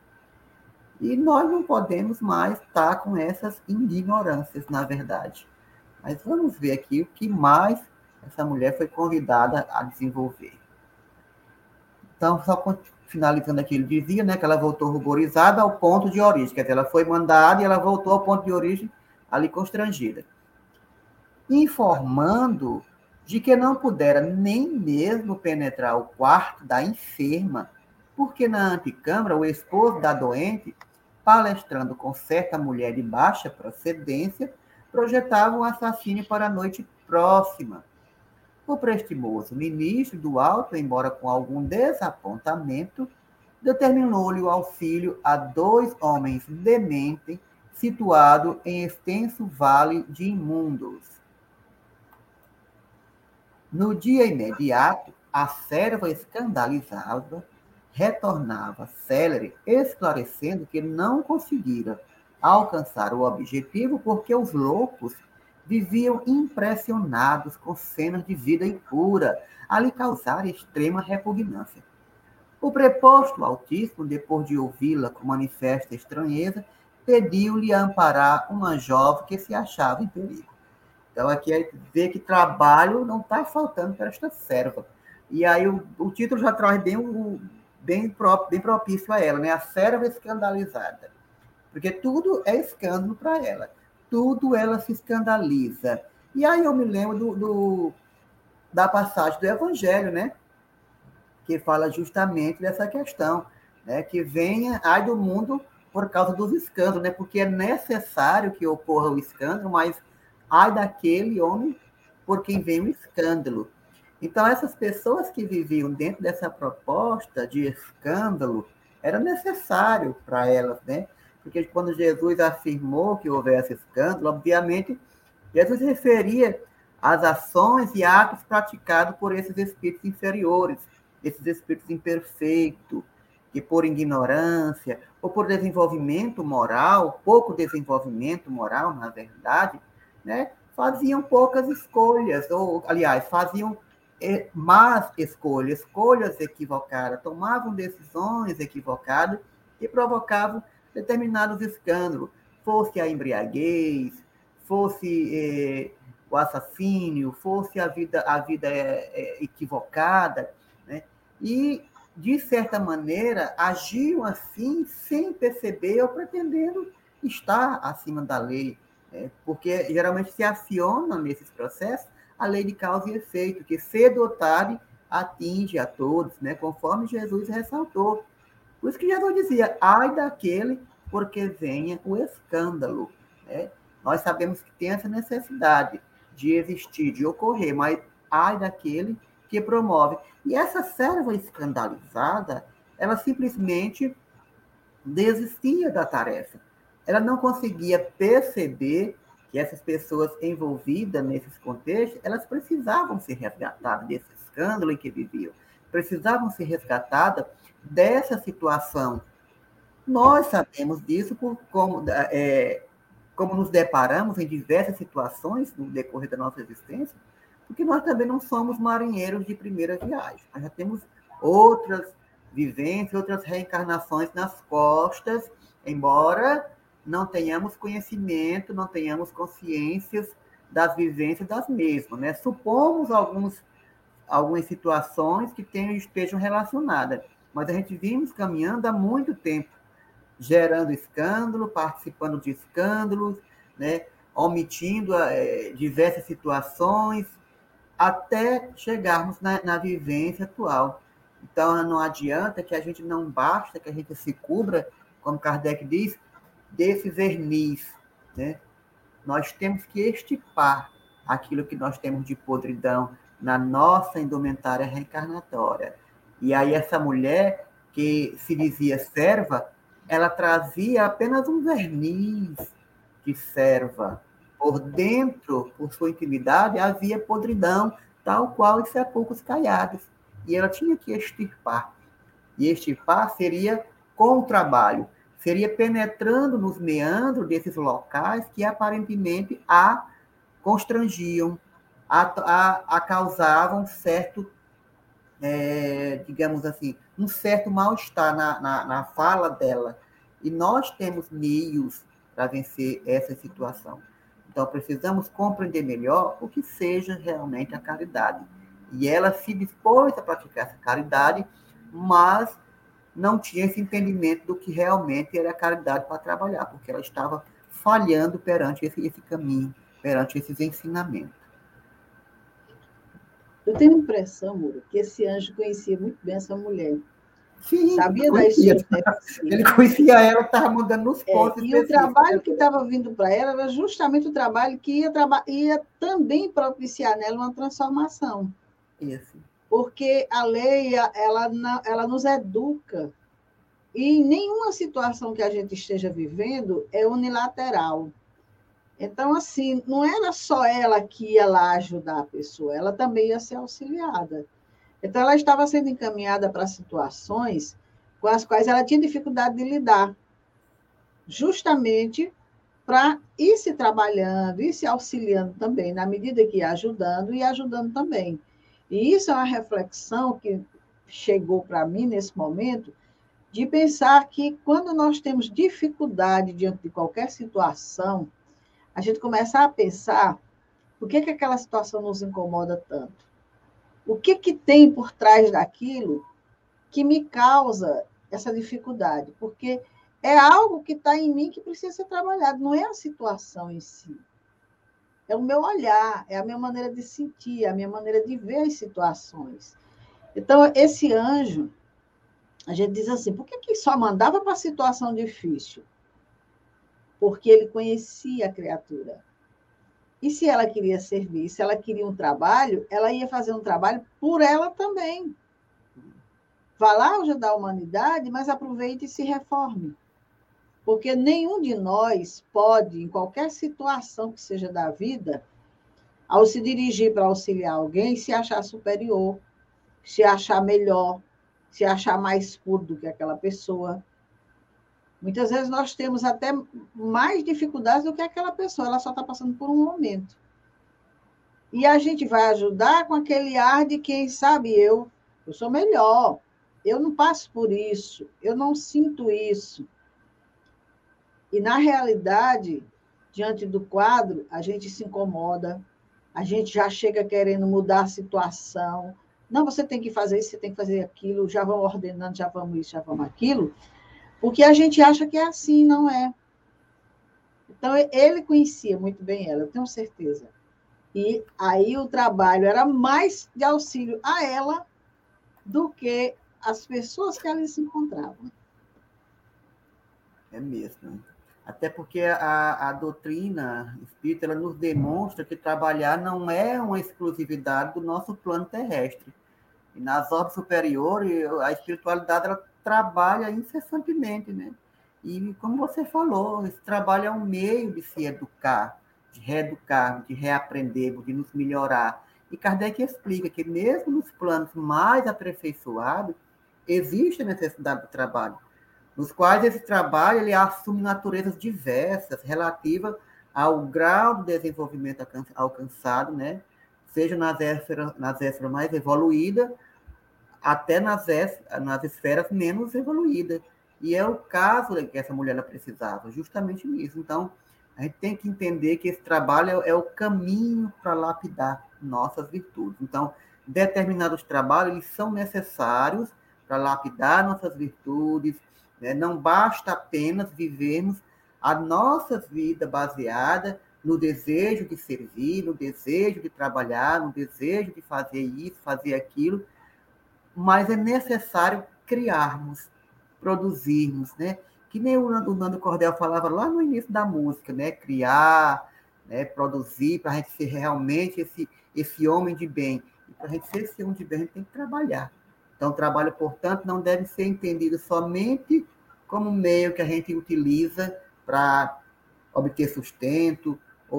E nós não podemos mais estar com essas ignorâncias, na verdade. Mas vamos ver aqui o que mais essa mulher foi convidada a desenvolver. Então, só finalizando aqui, ele dizia, né, que ela voltou ruborizada ao ponto de origem, quer dizer, ela foi mandada e ela voltou ao ponto de origem ali constrangida, informando de que não pudera nem mesmo penetrar o quarto da enferma, porque na antecâmara o esposo da doente, palestrando com certa mulher de baixa procedência, projetava um assassínio para a noite próxima. O prestimoso ministro do Alto, embora com algum desapontamento, determinou-lhe o auxílio a dois homens dementes, situados em extenso vale de imundos. No dia imediato, a serva escandalizada retornava célere, esclarecendo que não conseguira alcançar o objetivo porque os loucos viviam impressionados com cenas de vida impura, a lhe causar extrema repugnância. O preposto Altíssimo, depois de ouvi-la com manifesta estranheza, pediu-lhe a amparar uma jovem que se achava em perigo. Então, aqui é ver que trabalho não está faltando para esta serva. E aí o, o título já traz bem, o, bem, pró, bem propício a ela, né? A serva escandalizada. Porque tudo é escândalo para ela. Tudo ela se escandaliza. E aí eu me lembro do, do, da passagem do Evangelho, né? Que fala justamente dessa questão, né? Que venha, ai do mundo, por causa dos escândalos, né? Porque é necessário que ocorra o escândalo, mas ai daquele homem por quem vem o escândalo. Então, essas pessoas que viviam dentro dessa proposta de escândalo, era necessário para elas, né? Porque quando Jesus afirmou que houvesse escândalo, obviamente, Jesus referia às ações e atos praticados por esses espíritos inferiores, esses espíritos imperfeitos, que por ignorância ou por desenvolvimento moral, pouco desenvolvimento moral, na verdade, né, faziam poucas escolhas, ou, aliás, faziam eh, más escolhas, escolhas equivocadas, tomavam decisões equivocadas que provocavam determinados escândalos, fosse a embriaguez, fosse eh, o assassínio, fosse a vida, a vida eh, equivocada, né? E, de certa maneira, agiam assim sem perceber ou pretendendo estar acima da lei, né? Porque geralmente se aciona nesses processos a lei de causa e efeito, que cedo ou tarde atinge a todos, né? Conforme Jesus ressaltou. Por isso que Jesus dizia, ai daquele porque venha o escândalo, né? Nós sabemos que tem essa necessidade de existir, de ocorrer, mas ai daquele que promove. E essa serva escandalizada, ela simplesmente desistia da tarefa. Ela não conseguia perceber que essas pessoas envolvidas nesses contextos, elas precisavam ser resgatadas desse escândalo em que viviam, precisavam ser resgatadas dessa situação. Nós sabemos disso por como, é, como nos deparamos em diversas situações no decorrer da nossa existência, porque nós também não somos marinheiros de primeira viagem. Nós já temos outras vivências, outras reencarnações nas costas, embora não tenhamos conhecimento, não tenhamos consciências das vivências das mesmas, né? Supomos alguns, algumas situações que tenham, estejam relacionadas, mas a gente vimos caminhando há muito tempo, gerando escândalo, participando de escândalos, né? Omitindo é, diversas situações, até chegarmos na, na vivência atual. Então, não adianta que a gente não basta que a gente se cubra, como Kardec diz, desse verniz, né? Nós temos que extirpar aquilo que nós temos de podridão na nossa indumentária reencarnatória. E aí essa mulher que se dizia serva, ela trazia apenas um verniz de serva. Por dentro, por sua intimidade, havia podridão, tal qual os sepulcros caiados. E ela tinha que extirpar. E extirpar seria com o trabalho, seria penetrando nos meandros desses locais que aparentemente a constrangiam, a, a, a causavam certo, é, digamos assim, um certo mal-estar na, na, na fala dela. E nós temos meios para vencer essa situação. Então, precisamos compreender melhor o que seja realmente a caridade. E ela se dispôs a praticar essa caridade, mas não tinha esse entendimento do que realmente era a caridade para trabalhar, porque ela estava falhando perante esse, esse caminho, perante esses ensinamentos. Eu tenho a impressão, Moura, que esse anjo conhecia muito bem essa mulher. Sim, sabia da conhecia. história. Ele conhecia ela, estava mandando nos pontos é, E o trabalho que estava vindo para ela era justamente o trabalho que ia, traba ia também propiciar nela uma transformação. Isso. Porque a lei, ela, ela nos educa. E em nenhuma situação que a gente esteja vivendo é unilateral. Então, assim, não era só ela que ia lá ajudar a pessoa, ela também ia ser auxiliada. Então, ela estava sendo encaminhada para situações com as quais ela tinha dificuldade de lidar, justamente para ir se trabalhando, ir se auxiliando também, na medida que ia ajudando e ajudando também. E isso é uma reflexão que chegou para mim nesse momento, de pensar que quando nós temos dificuldade diante de qualquer situação, a gente começa a pensar por que, que aquela situação nos incomoda tanto. O que, que tem por trás daquilo que me causa essa dificuldade? Porque é algo que está em mim que precisa ser trabalhado, não é a situação em si. É o meu olhar, é a minha maneira de sentir, a minha maneira de ver as situações. Então, esse anjo, a gente diz assim, por que, que só mandava para a situação difícil? Porque ele conhecia a criatura. E se ela queria servir, se ela queria um trabalho, ela ia fazer um trabalho por ela também. Vá lá ajudar a humanidade, mas aproveite e se reforme. Porque nenhum de nós pode, em qualquer situação que seja da vida, ao se dirigir para auxiliar alguém, se achar superior, se achar melhor, se achar mais puro do que aquela pessoa. Muitas vezes nós temos até mais dificuldades do que aquela pessoa, ela só está passando por um momento. E a gente vai ajudar com aquele ar de quem sabe eu, eu sou melhor, eu não passo por isso, eu não sinto isso. E, na realidade, diante do quadro, a gente se incomoda, a gente já chega querendo mudar a situação. Não, você tem que fazer isso, você tem que fazer aquilo, já vão ordenando, já vamos isso, já vamos aquilo, porque a gente acha que é assim, não é. Então, ele conhecia muito bem ela, eu tenho certeza. E aí o trabalho era mais de auxílio a ela do que as pessoas que ali se encontravam. É mesmo. Até porque a, a doutrina espírita ela nos demonstra que trabalhar não é uma exclusividade do nosso plano terrestre. E nas obras superiores, a espiritualidade ela trabalha incessantemente, né? E como você falou, esse trabalho é um meio de se educar, de reeducar, de reaprender, de nos melhorar. E Kardec explica que mesmo nos planos mais aperfeiçoados, existe a necessidade do trabalho, nos quais esse trabalho ele assume naturezas diversas, relativas ao grau de desenvolvimento alcançado, né? Seja nas esferas, nas esferas mais evoluídas, até nas, nas esferas menos evoluídas. E é o caso que essa mulher ela precisava, justamente nisso. Então, a gente tem que entender que esse trabalho é o caminho para lapidar nossas virtudes. Então, determinados trabalhos eles são necessários para lapidar nossas virtudes, né? Não basta apenas vivermos a nossa vida baseada no desejo de servir, no desejo de trabalhar, no desejo de fazer isso, fazer aquilo, mas é necessário criarmos, produzirmos, né? Que nem o Nando Cordel falava lá no início da música, né? Criar, né? Produzir, para a gente ser realmente esse, esse homem de bem. E para a gente ser esse homem de bem, a gente tem que trabalhar. Então, o trabalho, portanto, não deve ser entendido somente como meio que a gente utiliza para obter sustento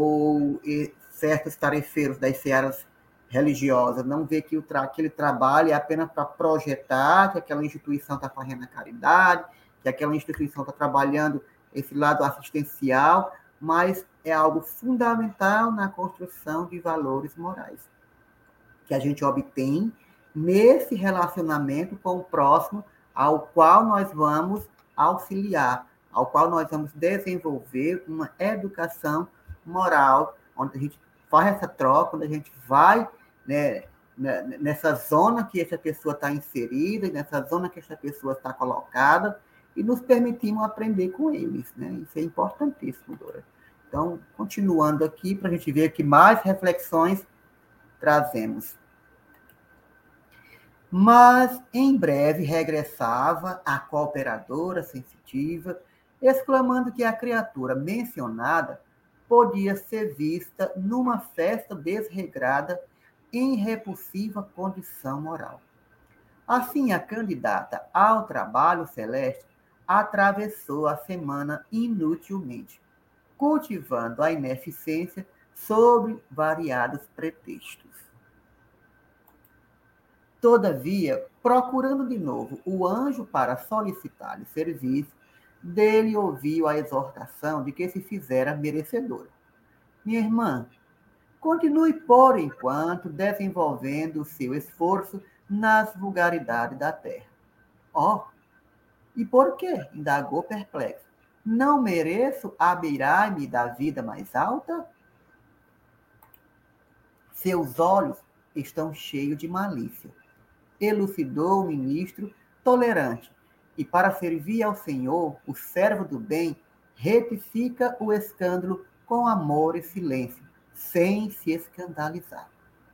ou certos tarefeiros das searas religiosas. Não vê que o tra- aquele trabalho é apenas para projetar que aquela instituição está fazendo a caridade, que aquela instituição está trabalhando esse lado assistencial, mas é algo fundamental na construção de valores morais, que a gente obtém nesse relacionamento com o próximo, ao qual nós vamos auxiliar, ao qual nós vamos desenvolver uma educação moral, onde a gente faz essa troca, onde a gente vai, né, nessa zona que essa pessoa está inserida, nessa zona que essa pessoa está colocada, e nos permitimos aprender com eles, né? Isso é importantíssimo, Dora. Então, continuando aqui, para a gente ver que mais reflexões trazemos. Mas, em breve, regressava a cooperadora sensitiva, exclamando que a criatura mencionada podia ser vista numa festa desregrada em repulsiva condição moral. Assim, a candidata ao trabalho celeste atravessou a semana inutilmente, cultivando a ineficiência sob variados pretextos. Todavia, procurando de novo o anjo para solicitar-lhe serviço, dele ouviu a exortação de que se fizera merecedora. Minha irmã, continue por enquanto desenvolvendo o seu esforço nas vulgaridades da terra. Ó, oh, e por quê? Indagou perplexo. Não mereço abeirar-me da vida mais alta? Seus olhos estão cheios de malícia, elucidou o ministro tolerante, e para servir ao Senhor, o servo do bem, retifica o escândalo com amor e silêncio, sem se escandalizar.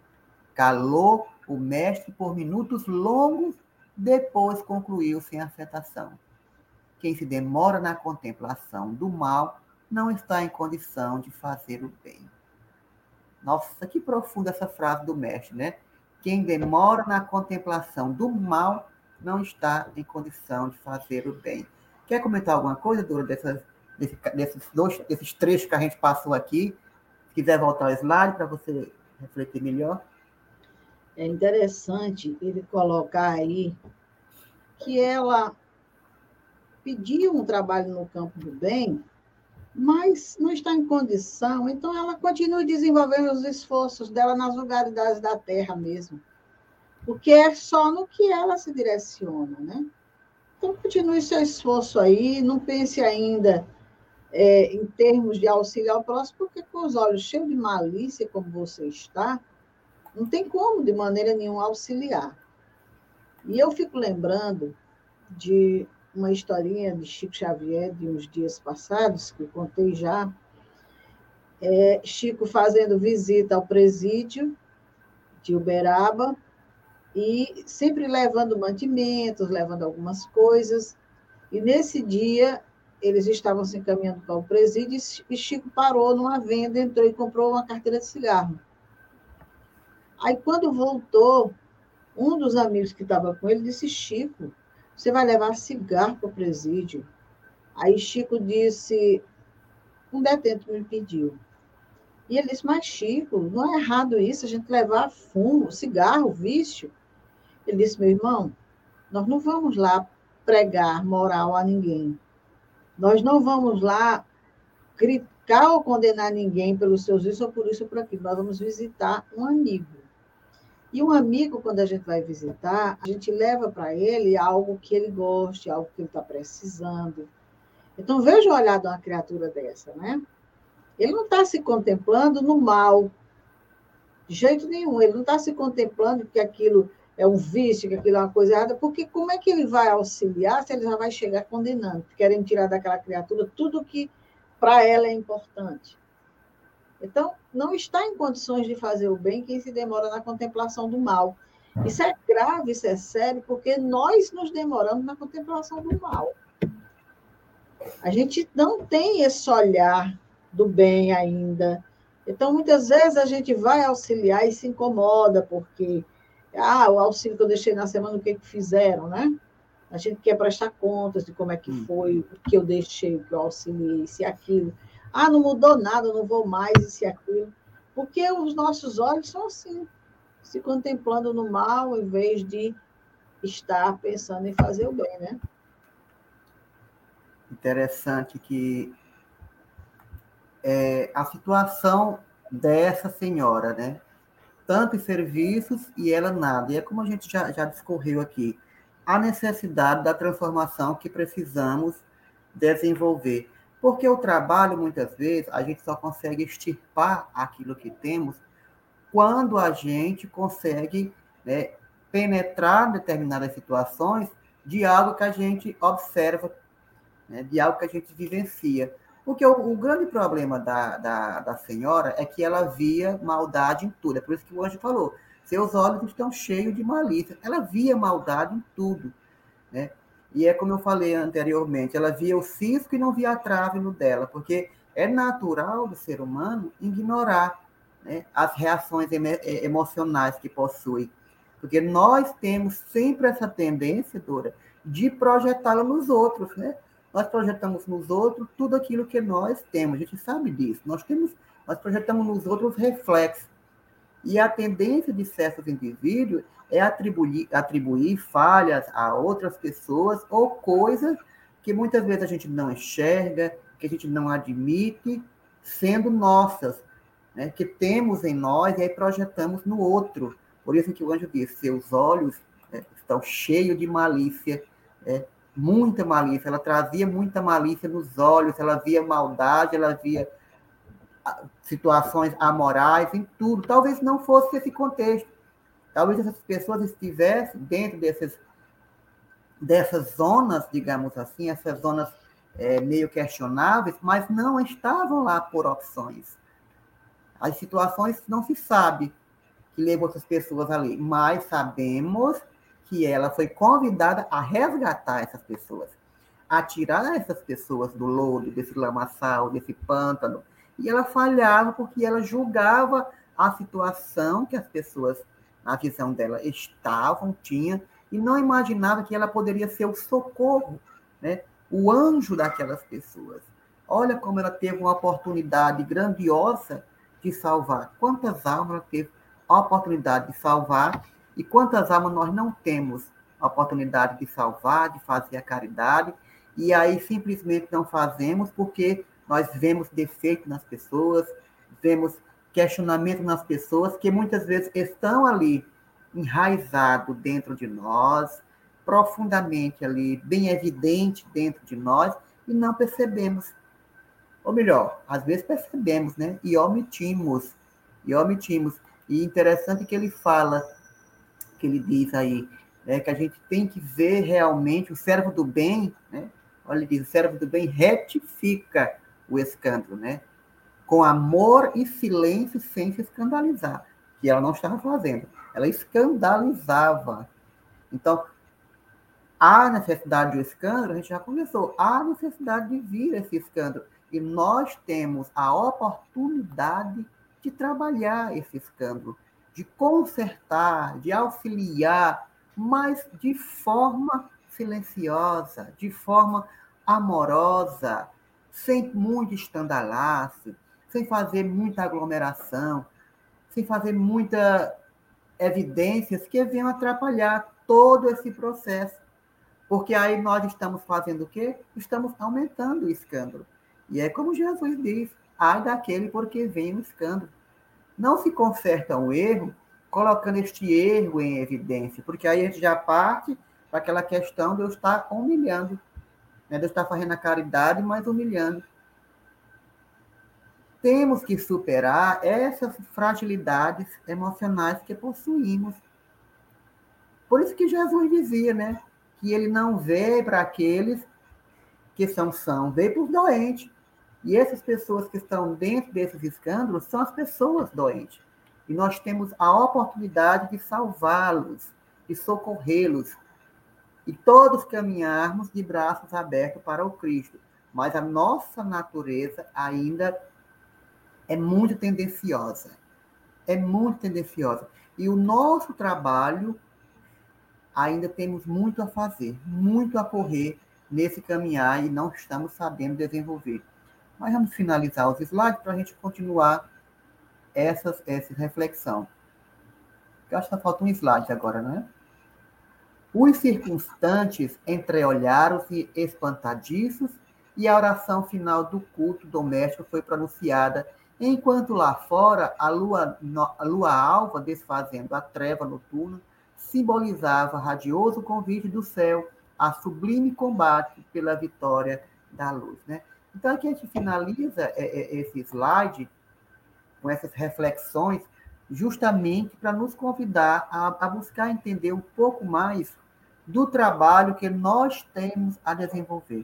Calou o mestre por minutos longos, depois concluiu sem afetação. Quem se demora na contemplação do mal não está em condição de fazer o bem. Nossa, que profunda essa frase do mestre, né? Quem demora na contemplação do mal não está em condição de fazer o bem. Quer comentar alguma coisa, Dora, dessas, desse, desses, dois, desses trechos que a gente passou aqui? Se quiser voltar ao slide para você refletir melhor. É interessante ele colocar aí que ela pediu um trabalho no campo do bem, mas não está em condição, então ela continua desenvolvendo os esforços dela nas vulgaridades da terra mesmo, porque é só no que ela se direciona, né? Então, continue seu esforço aí, não pense ainda é, em termos de auxílio ao próximo, porque com os olhos cheios de malícia, como você está, não tem como, de maneira nenhuma, auxiliar. E eu fico lembrando de uma historinha de Chico Xavier, de uns dias passados, que eu contei já. É, Chico fazendo visita ao presídio de Uberaba, e sempre levando mantimentos, levando algumas coisas. E nesse dia, eles estavam se encaminhando para o presídio, e Chico parou numa venda, entrou e comprou uma carteira de cigarro. Aí, quando voltou, um dos amigos que estava com ele disse: Chico, você vai levar cigarro para o presídio? Aí Chico disse: um detento me pediu. E ele disse: mas Chico, não é errado isso, a gente levar fumo, cigarro, vício. Ele disse: meu irmão, nós não vamos lá pregar moral a ninguém. Nós não vamos lá criticar ou condenar ninguém pelos seus vícios ou por isso ou por aquilo. Nós vamos visitar um amigo. E um amigo, quando a gente vai visitar, a gente leva para ele algo que ele goste, algo que ele está precisando. Então, veja o olhar de uma criatura dessa, né? Ele não está se contemplando no mal, de jeito nenhum. Ele não está se contemplando que aquilo é um vício, que aquilo é uma coisa errada, porque como é que ele vai auxiliar se ele já vai chegar condenando, querendo tirar daquela criatura tudo que para ela é importante? Então, não está em condições de fazer o bem quem se demora na contemplação do mal. Isso é grave, isso é sério, porque nós nos demoramos na contemplação do mal. A gente não tem esse olhar do bem ainda. Então, muitas vezes a gente vai auxiliar e se incomoda, porque, ah, o auxílio que eu deixei na semana, o que, que fizeram, né? A gente quer prestar contas de como é que foi, o que eu deixei, o que eu auxiliei, se aquilo. Ah, não mudou nada, não vou mais, isso e aquilo. Porque os nossos olhos são assim, se contemplando no mal, em vez de estar pensando em fazer o bem, né? Interessante que é, a situação dessa senhora, né? Tantos serviços e ela nada. E é como a gente já, já discorreu aqui, a necessidade da transformação que precisamos desenvolver. Porque o trabalho, muitas vezes, a gente só consegue extirpar aquilo que temos quando a gente consegue, né, penetrar determinadas situações de algo que a gente observa, né, de algo que a gente vivencia. Porque o, o grande problema da, da, da senhora é que ela via maldade em tudo. É por isso que o anjo falou, seus olhos estão cheios de malícia. Ela via maldade em tudo, né? E é como eu falei anteriormente, ela via o cisco e não via a trave no dela, porque é natural do ser humano ignorar, né, as reações emo- emocionais que possui. Porque nós temos sempre essa tendência, Dora, de projetá-la nos outros, né? Nós projetamos nos outros tudo aquilo que nós temos, a gente sabe disso. Nós temos, nós projetamos nos outros reflexos. E a tendência de certos indivíduos é atribuir, atribuir falhas a outras pessoas ou coisas que muitas vezes a gente não enxerga, que a gente não admite, sendo nossas, né? Que temos em nós e aí projetamos no outro. Por isso que o anjo diz, seus olhos, né, estão cheios de malícia, né? Muita malícia. Ela trazia muita malícia nos olhos, ela via maldade, ela via situações amorais, em tudo. Talvez não fosse esse contexto. Talvez essas pessoas estivessem dentro desses, dessas zonas, digamos assim, essas zonas é, meio questionáveis, mas não estavam lá por opções. As situações não se sabe que levou essas pessoas ali, mas sabemos que ela foi convidada a resgatar essas pessoas, a tirar essas pessoas do lodo, desse lamaçal, desse pântano, e ela falhava porque ela julgava a situação que as pessoas, na visão dela, estavam, tinham, e não imaginava que ela poderia ser o socorro, né? O anjo daquelas pessoas. Olha como ela teve uma oportunidade grandiosa de salvar. Quantas almas ela teve a oportunidade de salvar e quantas almas nós não temos a oportunidade de salvar, de fazer a caridade, e aí simplesmente não fazemos porque nós vemos defeito nas pessoas, vemos questionamento nas pessoas que muitas vezes estão ali enraizado dentro de nós, profundamente ali, bem evidente dentro de nós, e não percebemos. Ou melhor, às vezes percebemos, né? E omitimos. E omitimos. E interessante que ele fala, que ele diz aí, né, que a gente tem que ver realmente o servo do bem, né? Olha, ele diz, o servo do bem retifica o escândalo, né? Com amor e silêncio, sem se escandalizar, que ela não estava fazendo. Ela escandalizava. Então, há necessidade de um escândalo, a gente já conversou, há necessidade de vir esse escândalo. E nós temos a oportunidade de trabalhar esse escândalo, de consertar, de auxiliar, mas de forma silenciosa, de forma amorosa, sem muito estandalaço, sem fazer muita aglomeração, sem fazer muitas evidências que venham atrapalhar todo esse processo. Porque aí nós estamos fazendo o quê? Estamos aumentando o escândalo. E é como Jesus diz, ai daquele porque vem o escândalo. Não se conserta um erro colocando este erro em evidência, porque aí a gente já parte para aquela questão de eu estar humilhando, né? De eu estar fazendo a caridade, mas humilhando. Temos que superar essas fragilidades emocionais que possuímos. Por isso que Jesus dizia, né? Que ele não veio para aqueles que são são, veio para os doentes. E essas pessoas que estão dentro desses escândalos são as pessoas doentes. E nós temos a oportunidade de salvá-los, de socorrê-los, e todos caminharmos de braços abertos para o Cristo. Mas a nossa natureza ainda é muito tendenciosa. É muito tendenciosa. E o nosso trabalho ainda temos muito a fazer, muito a correr nesse caminhar e não estamos sabendo desenvolver. Mas vamos finalizar os slides para a gente continuar essas, essa reflexão. Eu acho que só falta um slide agora, não é? Os circunstantes entreolharam-se espantadiços e a oração final do culto doméstico foi pronunciada, enquanto lá fora a lua, a lua alva, desfazendo a treva noturna, simbolizava radioso convite do céu a sublime combate pela vitória da luz, né? Então, aqui a gente finaliza esse slide com essas reflexões justamente para nos convidar a, a buscar entender um pouco mais do trabalho que nós temos a desenvolver.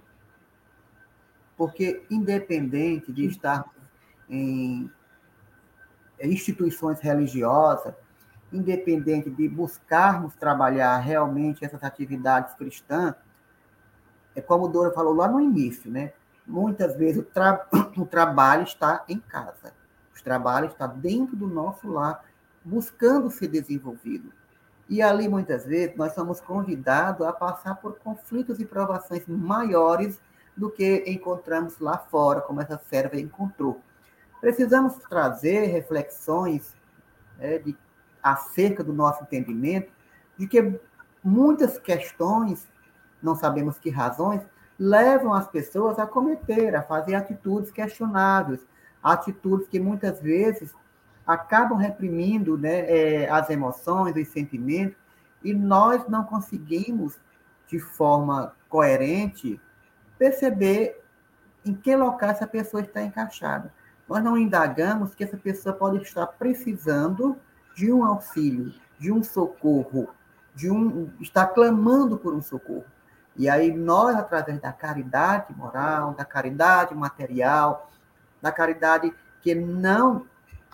Porque, independente de estar em instituições religiosas, independente de buscarmos trabalhar realmente essas atividades cristãs, é como o Dora falou lá no início, né? Muitas vezes o, tra... o trabalho está em casa, o trabalho está dentro do nosso lar, buscando ser desenvolvido. E ali, muitas vezes, nós somos convidados a passar por conflitos e provações maiores do que encontramos lá fora, como essa serva encontrou. Precisamos trazer reflexões, né, de, acerca do nosso entendimento, de que muitas questões, não sabemos que razões, levam as pessoas a cometer, a fazer atitudes questionáveis, atitudes que muitas vezes acabam reprimindo, né, é, as emoções, os sentimentos, e nós não conseguimos, de forma coerente, perceber em que local essa pessoa está encaixada. Nós não indagamos que essa pessoa pode estar precisando de um auxílio, de um socorro, de um, está clamando por um socorro. E aí nós, através da caridade moral, da caridade material, da caridade que não,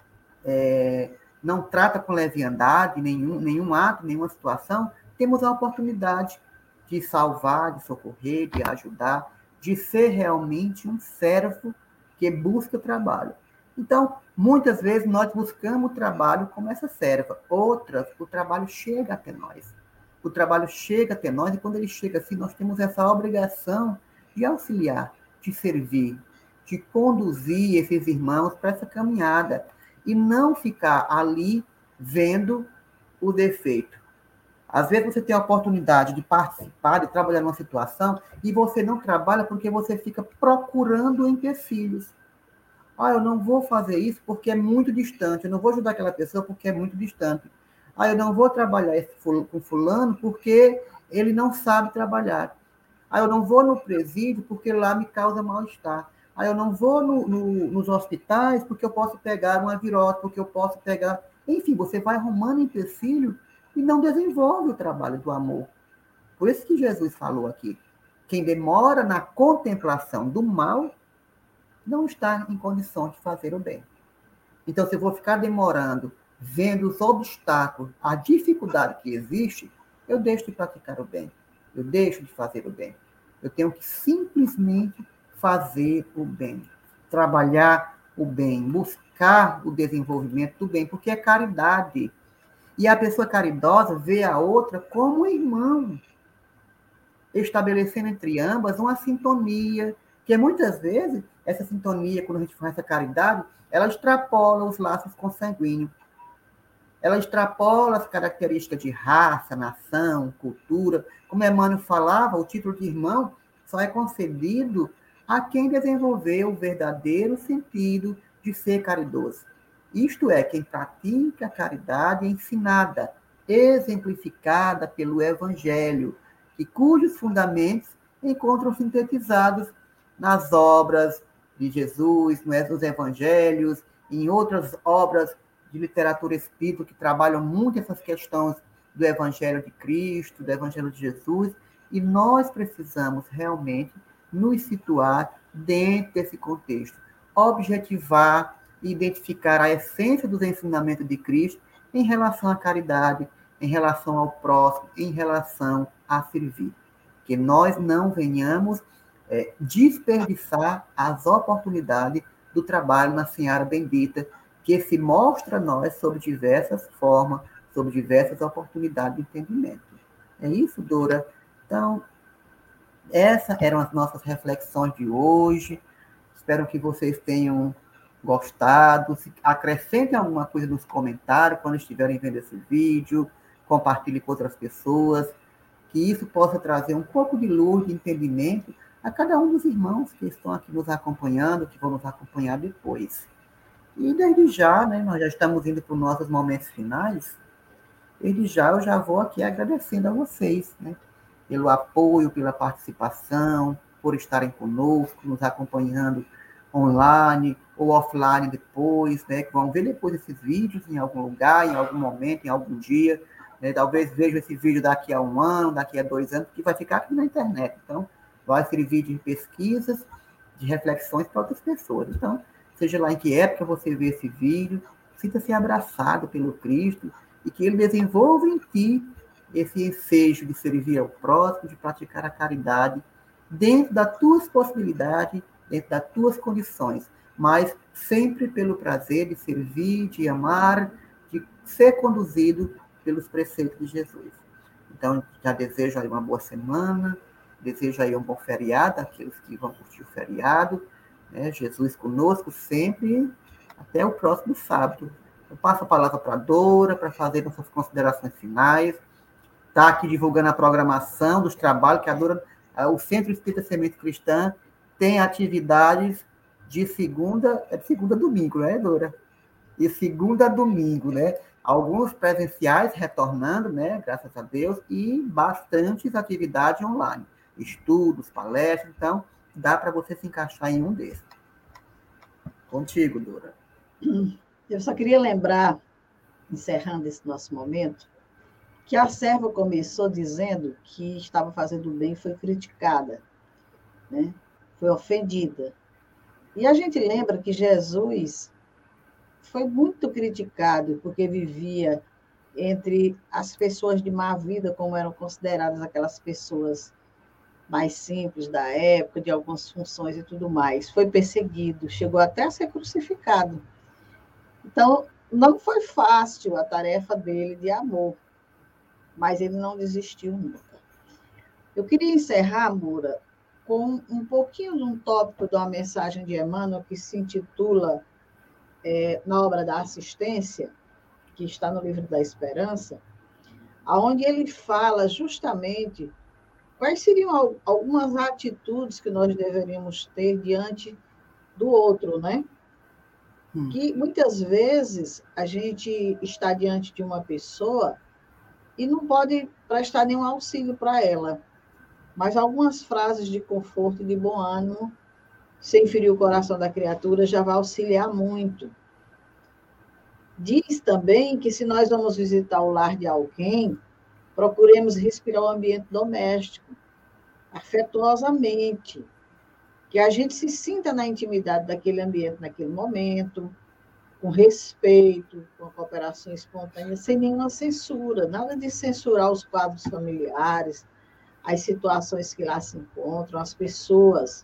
é, não trata com leviandade nenhum, nenhum ato, nenhuma situação, temos a oportunidade de salvar, de socorrer, de ajudar, de ser realmente um servo que busca trabalho. Então, muitas vezes nós buscamos o trabalho como essa serva, outras, o trabalho chega até nós. O trabalho chega até nós, e quando ele chega assim, nós temos essa obrigação de auxiliar, de servir, de conduzir esses irmãos para essa caminhada, e não ficar ali vendo o defeito. Às vezes você tem a oportunidade de participar, de trabalhar numa situação, e você não trabalha porque você fica procurando empecilhos. Ah, eu não vou fazer isso porque é muito distante, eu não vou ajudar aquela pessoa porque é muito distante. Ah, eu não vou trabalhar com fulano porque ele não sabe trabalhar. Ah, eu não vou no presídio porque lá me causa mal-estar. Ah, eu não vou no, no, nos hospitais porque eu posso pegar uma virose, porque eu posso pegar... Enfim, você vai arrumando empecilho e não desenvolve o trabalho do amor. Por isso que Jesus falou aqui, quem demora na contemplação do mal não está em condições de fazer o bem. Então, se eu vou ficar demorando, vendo os obstáculos, a dificuldade que existe, eu deixo de praticar o bem. Eu deixo de fazer o bem. Eu tenho que simplesmente fazer o bem. Trabalhar o bem. Buscar o desenvolvimento do bem. Porque é caridade. E a pessoa caridosa vê a outra como um irmão. Estabelecendo entre ambas uma sintonia. Que muitas vezes, essa sintonia, quando a gente faz essa caridade, ela extrapola os laços consanguíneos. Ela extrapola as características de raça, nação, cultura. Como Emmanuel falava, o título de irmão só é concedido a quem desenvolveu o verdadeiro sentido de ser caridoso. Isto é, quem pratica a caridade ensinada, exemplificada pelo Evangelho, e cujos fundamentos encontram sintetizados nas obras de Jesus, nos Evangelhos, em outras obras de literatura espírita que trabalham muito essas questões do Evangelho de Cristo, do Evangelho de Jesus, e nós precisamos realmente nos situar dentro desse contexto, objetivar e identificar a essência dos ensinamentos de Cristo em relação à caridade, em relação ao próximo, em relação a servir. Que nós não venhamos é, desperdiçar as oportunidades do trabalho na Seara Bendita, que se mostra a nós sob diversas formas, sob diversas oportunidades de entendimento. É isso, Dora? Então, essas eram as nossas reflexões de hoje. Espero que vocês tenham gostado. Se acrescentem alguma coisa nos comentários quando estiverem vendo esse vídeo. Compartilhe com outras pessoas. Que isso possa trazer um pouco de luz, de entendimento a cada um dos irmãos que estão aqui nos acompanhando, que vão nos acompanhar depois. E desde já, né, nós já estamos indo para os nossos momentos finais. Desde já eu já vou aqui agradecendo a vocês, né, pelo apoio, pela participação, por estarem conosco, nos acompanhando online ou offline depois, né, que vão ver depois esses vídeos em algum lugar, em algum momento, em algum dia, né, talvez vejam esse vídeo daqui a um ano, daqui a dois anos, que vai ficar aqui na internet. Então, vai ser vídeo de pesquisas, de reflexões para outras pessoas. Então, seja lá em que época você vê esse vídeo, sinta-se abraçado pelo Cristo e que ele desenvolva em ti esse ensejo de servir ao próximo, de praticar a caridade dentro das tuas possibilidades, dentro das tuas condições, mas sempre pelo prazer de servir, de amar, de ser conduzido pelos preceitos de Jesus. Então, já desejo aí uma boa semana, desejo aí um bom feriado, aqueles que vão curtir o feriado, né? Jesus conosco sempre, até o próximo sábado. Eu passo a palavra para a Dora, para fazer nossas considerações finais. Está aqui divulgando a programação dos trabalhos, que a Dora, o Centro Espírita Semente Cristã tem atividades de segunda, é de segunda a domingo, né, Dora? De segunda a domingo, né? Alguns presenciais retornando, né, graças a Deus, e bastantes atividades online. Estudos, palestras, então dá para você se encaixar em um desses. Contigo, Dora. Eu só queria lembrar, encerrando esse nosso momento, que a serva começou dizendo que estava fazendo bem e foi criticada, né? Foi ofendida. E a gente lembra que Jesus foi muito criticado porque vivia entre as pessoas de má vida, como eram consideradas aquelas pessoas mais simples da época, de algumas funções e tudo mais. Foi perseguido, chegou até a ser crucificado. Então, não foi fácil a tarefa dele de amor, mas ele não desistiu nunca. Eu queria encerrar, Moura, com um pouquinho de um tópico de uma mensagem de Emmanuel que se intitula, é, na obra da assistência, que está no livro da Esperança, onde ele fala justamente quais seriam algumas atitudes que nós deveríamos ter diante do outro, né? Hum. Que muitas vezes a gente está diante de uma pessoa e não pode prestar nenhum auxílio para ela, mas algumas frases de conforto e de bom ânimo, sem ferir o coração da criatura, já vai auxiliar muito. Diz também que se nós vamos visitar o lar de alguém, procuremos respirar o ambiente doméstico, afetuosamente, que a gente se sinta na intimidade daquele ambiente naquele momento, com respeito, com a cooperação espontânea, sem nenhuma censura, nada de censurar os quadros familiares, as situações que lá se encontram, as pessoas.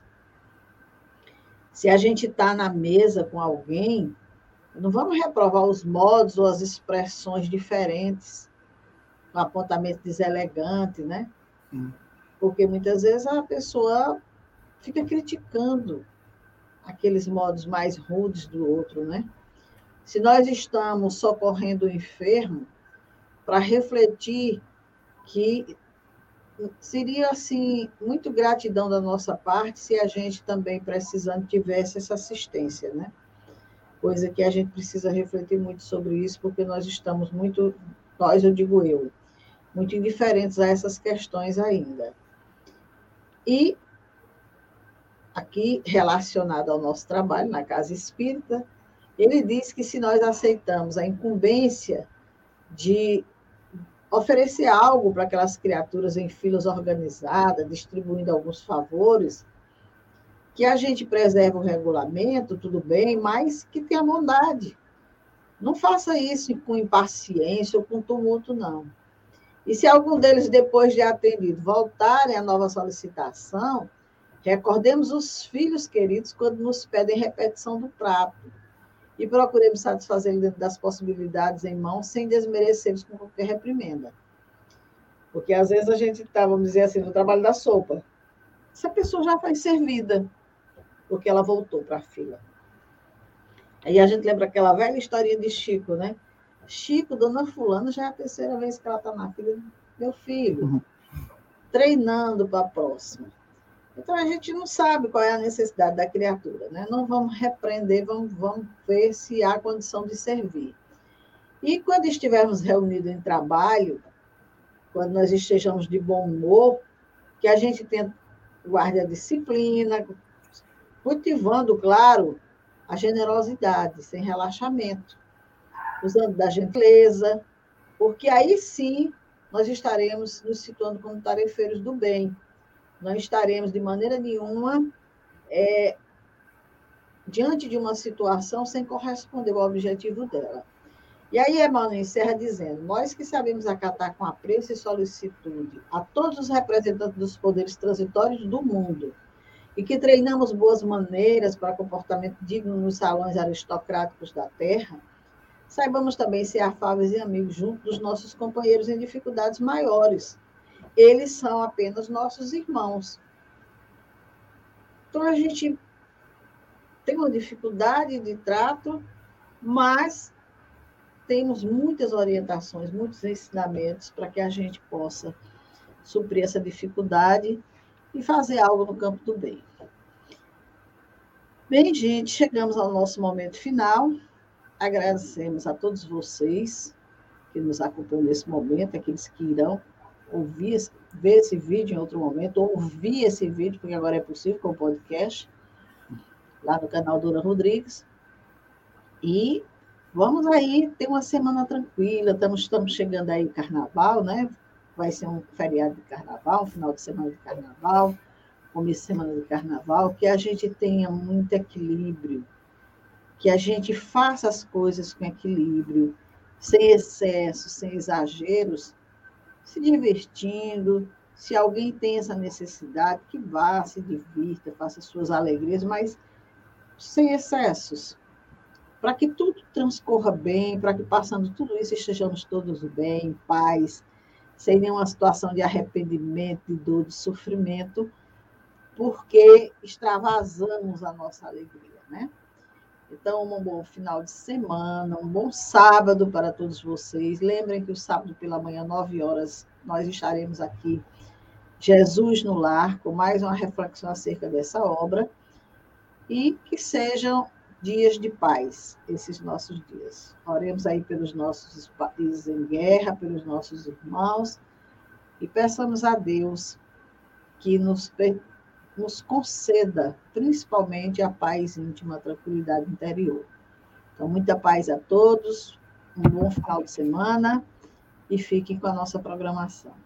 Se a gente está na mesa com alguém, não vamos reprovar os modos ou as expressões diferentes, com apontamento deselegante, né? Hum. Porque muitas vezes a pessoa fica criticando aqueles modos mais rudes do outro, né? Se nós estamos socorrendo o enfermo, para refletir que seria, assim, muito gratidão da nossa parte se a gente também, precisando, tivesse essa assistência, né? Coisa que a gente precisa refletir muito sobre isso, porque nós estamos muito, nós, eu digo eu, muito indiferentes a essas questões ainda. E, aqui, relacionado ao nosso trabalho na Casa Espírita, ele diz que se nós aceitamos a incumbência de oferecer algo para aquelas criaturas em filas organizadas, distribuindo alguns favores, que a gente preserve o regulamento, tudo bem, mas que tenha bondade. Não faça isso com impaciência ou com tumulto, não. E se algum deles, depois de atendido, voltarem à nova solicitação, recordemos os filhos queridos quando nos pedem repetição do prato e procuremos satisfazê-los dentro das possibilidades em mãos, sem desmerecê-los com qualquer reprimenda. Porque, às vezes, a gente está, vamos dizer assim, no trabalho da sopa. Essa pessoa já foi servida, porque ela voltou para a fila. Aí a gente lembra aquela velha historinha de Chico, né? Chico, dona fulana, já é a terceira vez que ela está na fila. Meu filho, uhum. Treinando para a próxima. Então, a gente não sabe qual é a necessidade da criatura, né? Não vamos repreender, vamos, vamos ver se há condição de servir. E quando estivermos reunidos em trabalho, quando nós estejamos de bom humor, que a gente tenta guardar a disciplina, cultivando, claro, a generosidade, sem relaxamento, usando da gentileza, porque aí sim nós estaremos nos situando como tarefeiros do bem. Não estaremos de maneira nenhuma é, diante de uma situação sem corresponder ao objetivo dela. E aí Emmanuel encerra dizendo: nós que sabemos acatar com apreço e solicitude a todos os representantes dos poderes transitórios do mundo e que treinamos boas maneiras para comportamento digno nos salões aristocráticos da terra, saibamos também ser afáveis e amigos junto dos nossos companheiros em dificuldades maiores. Eles são apenas nossos irmãos. Então, a gente tem uma dificuldade de trato, mas temos muitas orientações, muitos ensinamentos para que a gente possa suprir essa dificuldade e fazer algo no campo do bem. Bem, gente, chegamos ao nosso momento final. Agradecemos a todos vocês que nos acompanham nesse momento, aqueles que irão ouvir, ver esse vídeo em outro momento, ou ouvir esse vídeo, porque agora é possível com o podcast, lá no canal Dora Rodrigues. E vamos aí ter uma semana tranquila, estamos, estamos chegando aí o carnaval, né? Vai ser um feriado de carnaval, um final de semana de carnaval, começo de semana de carnaval, que a gente tenha muito equilíbrio, que a gente faça as coisas com equilíbrio, sem excessos, sem exageros, se divertindo. Se alguém tem essa necessidade, que vá, se divirta, faça suas alegrias, mas sem excessos, para que tudo transcorra bem, para que passando tudo isso estejamos todos bem, em paz, sem nenhuma situação de arrependimento, de dor, de sofrimento, porque extravasamos a nossa alegria, né? Então, um bom final de semana, um bom sábado para todos vocês. Lembrem que o sábado pela manhã, nove horas, nós estaremos aqui, Jesus no Lar, com mais uma reflexão acerca dessa obra. E que sejam dias de paz, esses nossos dias. Oremos aí pelos nossos países em guerra, pelos nossos irmãos, e peçamos a Deus que nos nos conceda, principalmente, a paz íntima, a tranquilidade interior. Então, muita paz a todos, um bom final de semana e fiquem com a nossa programação.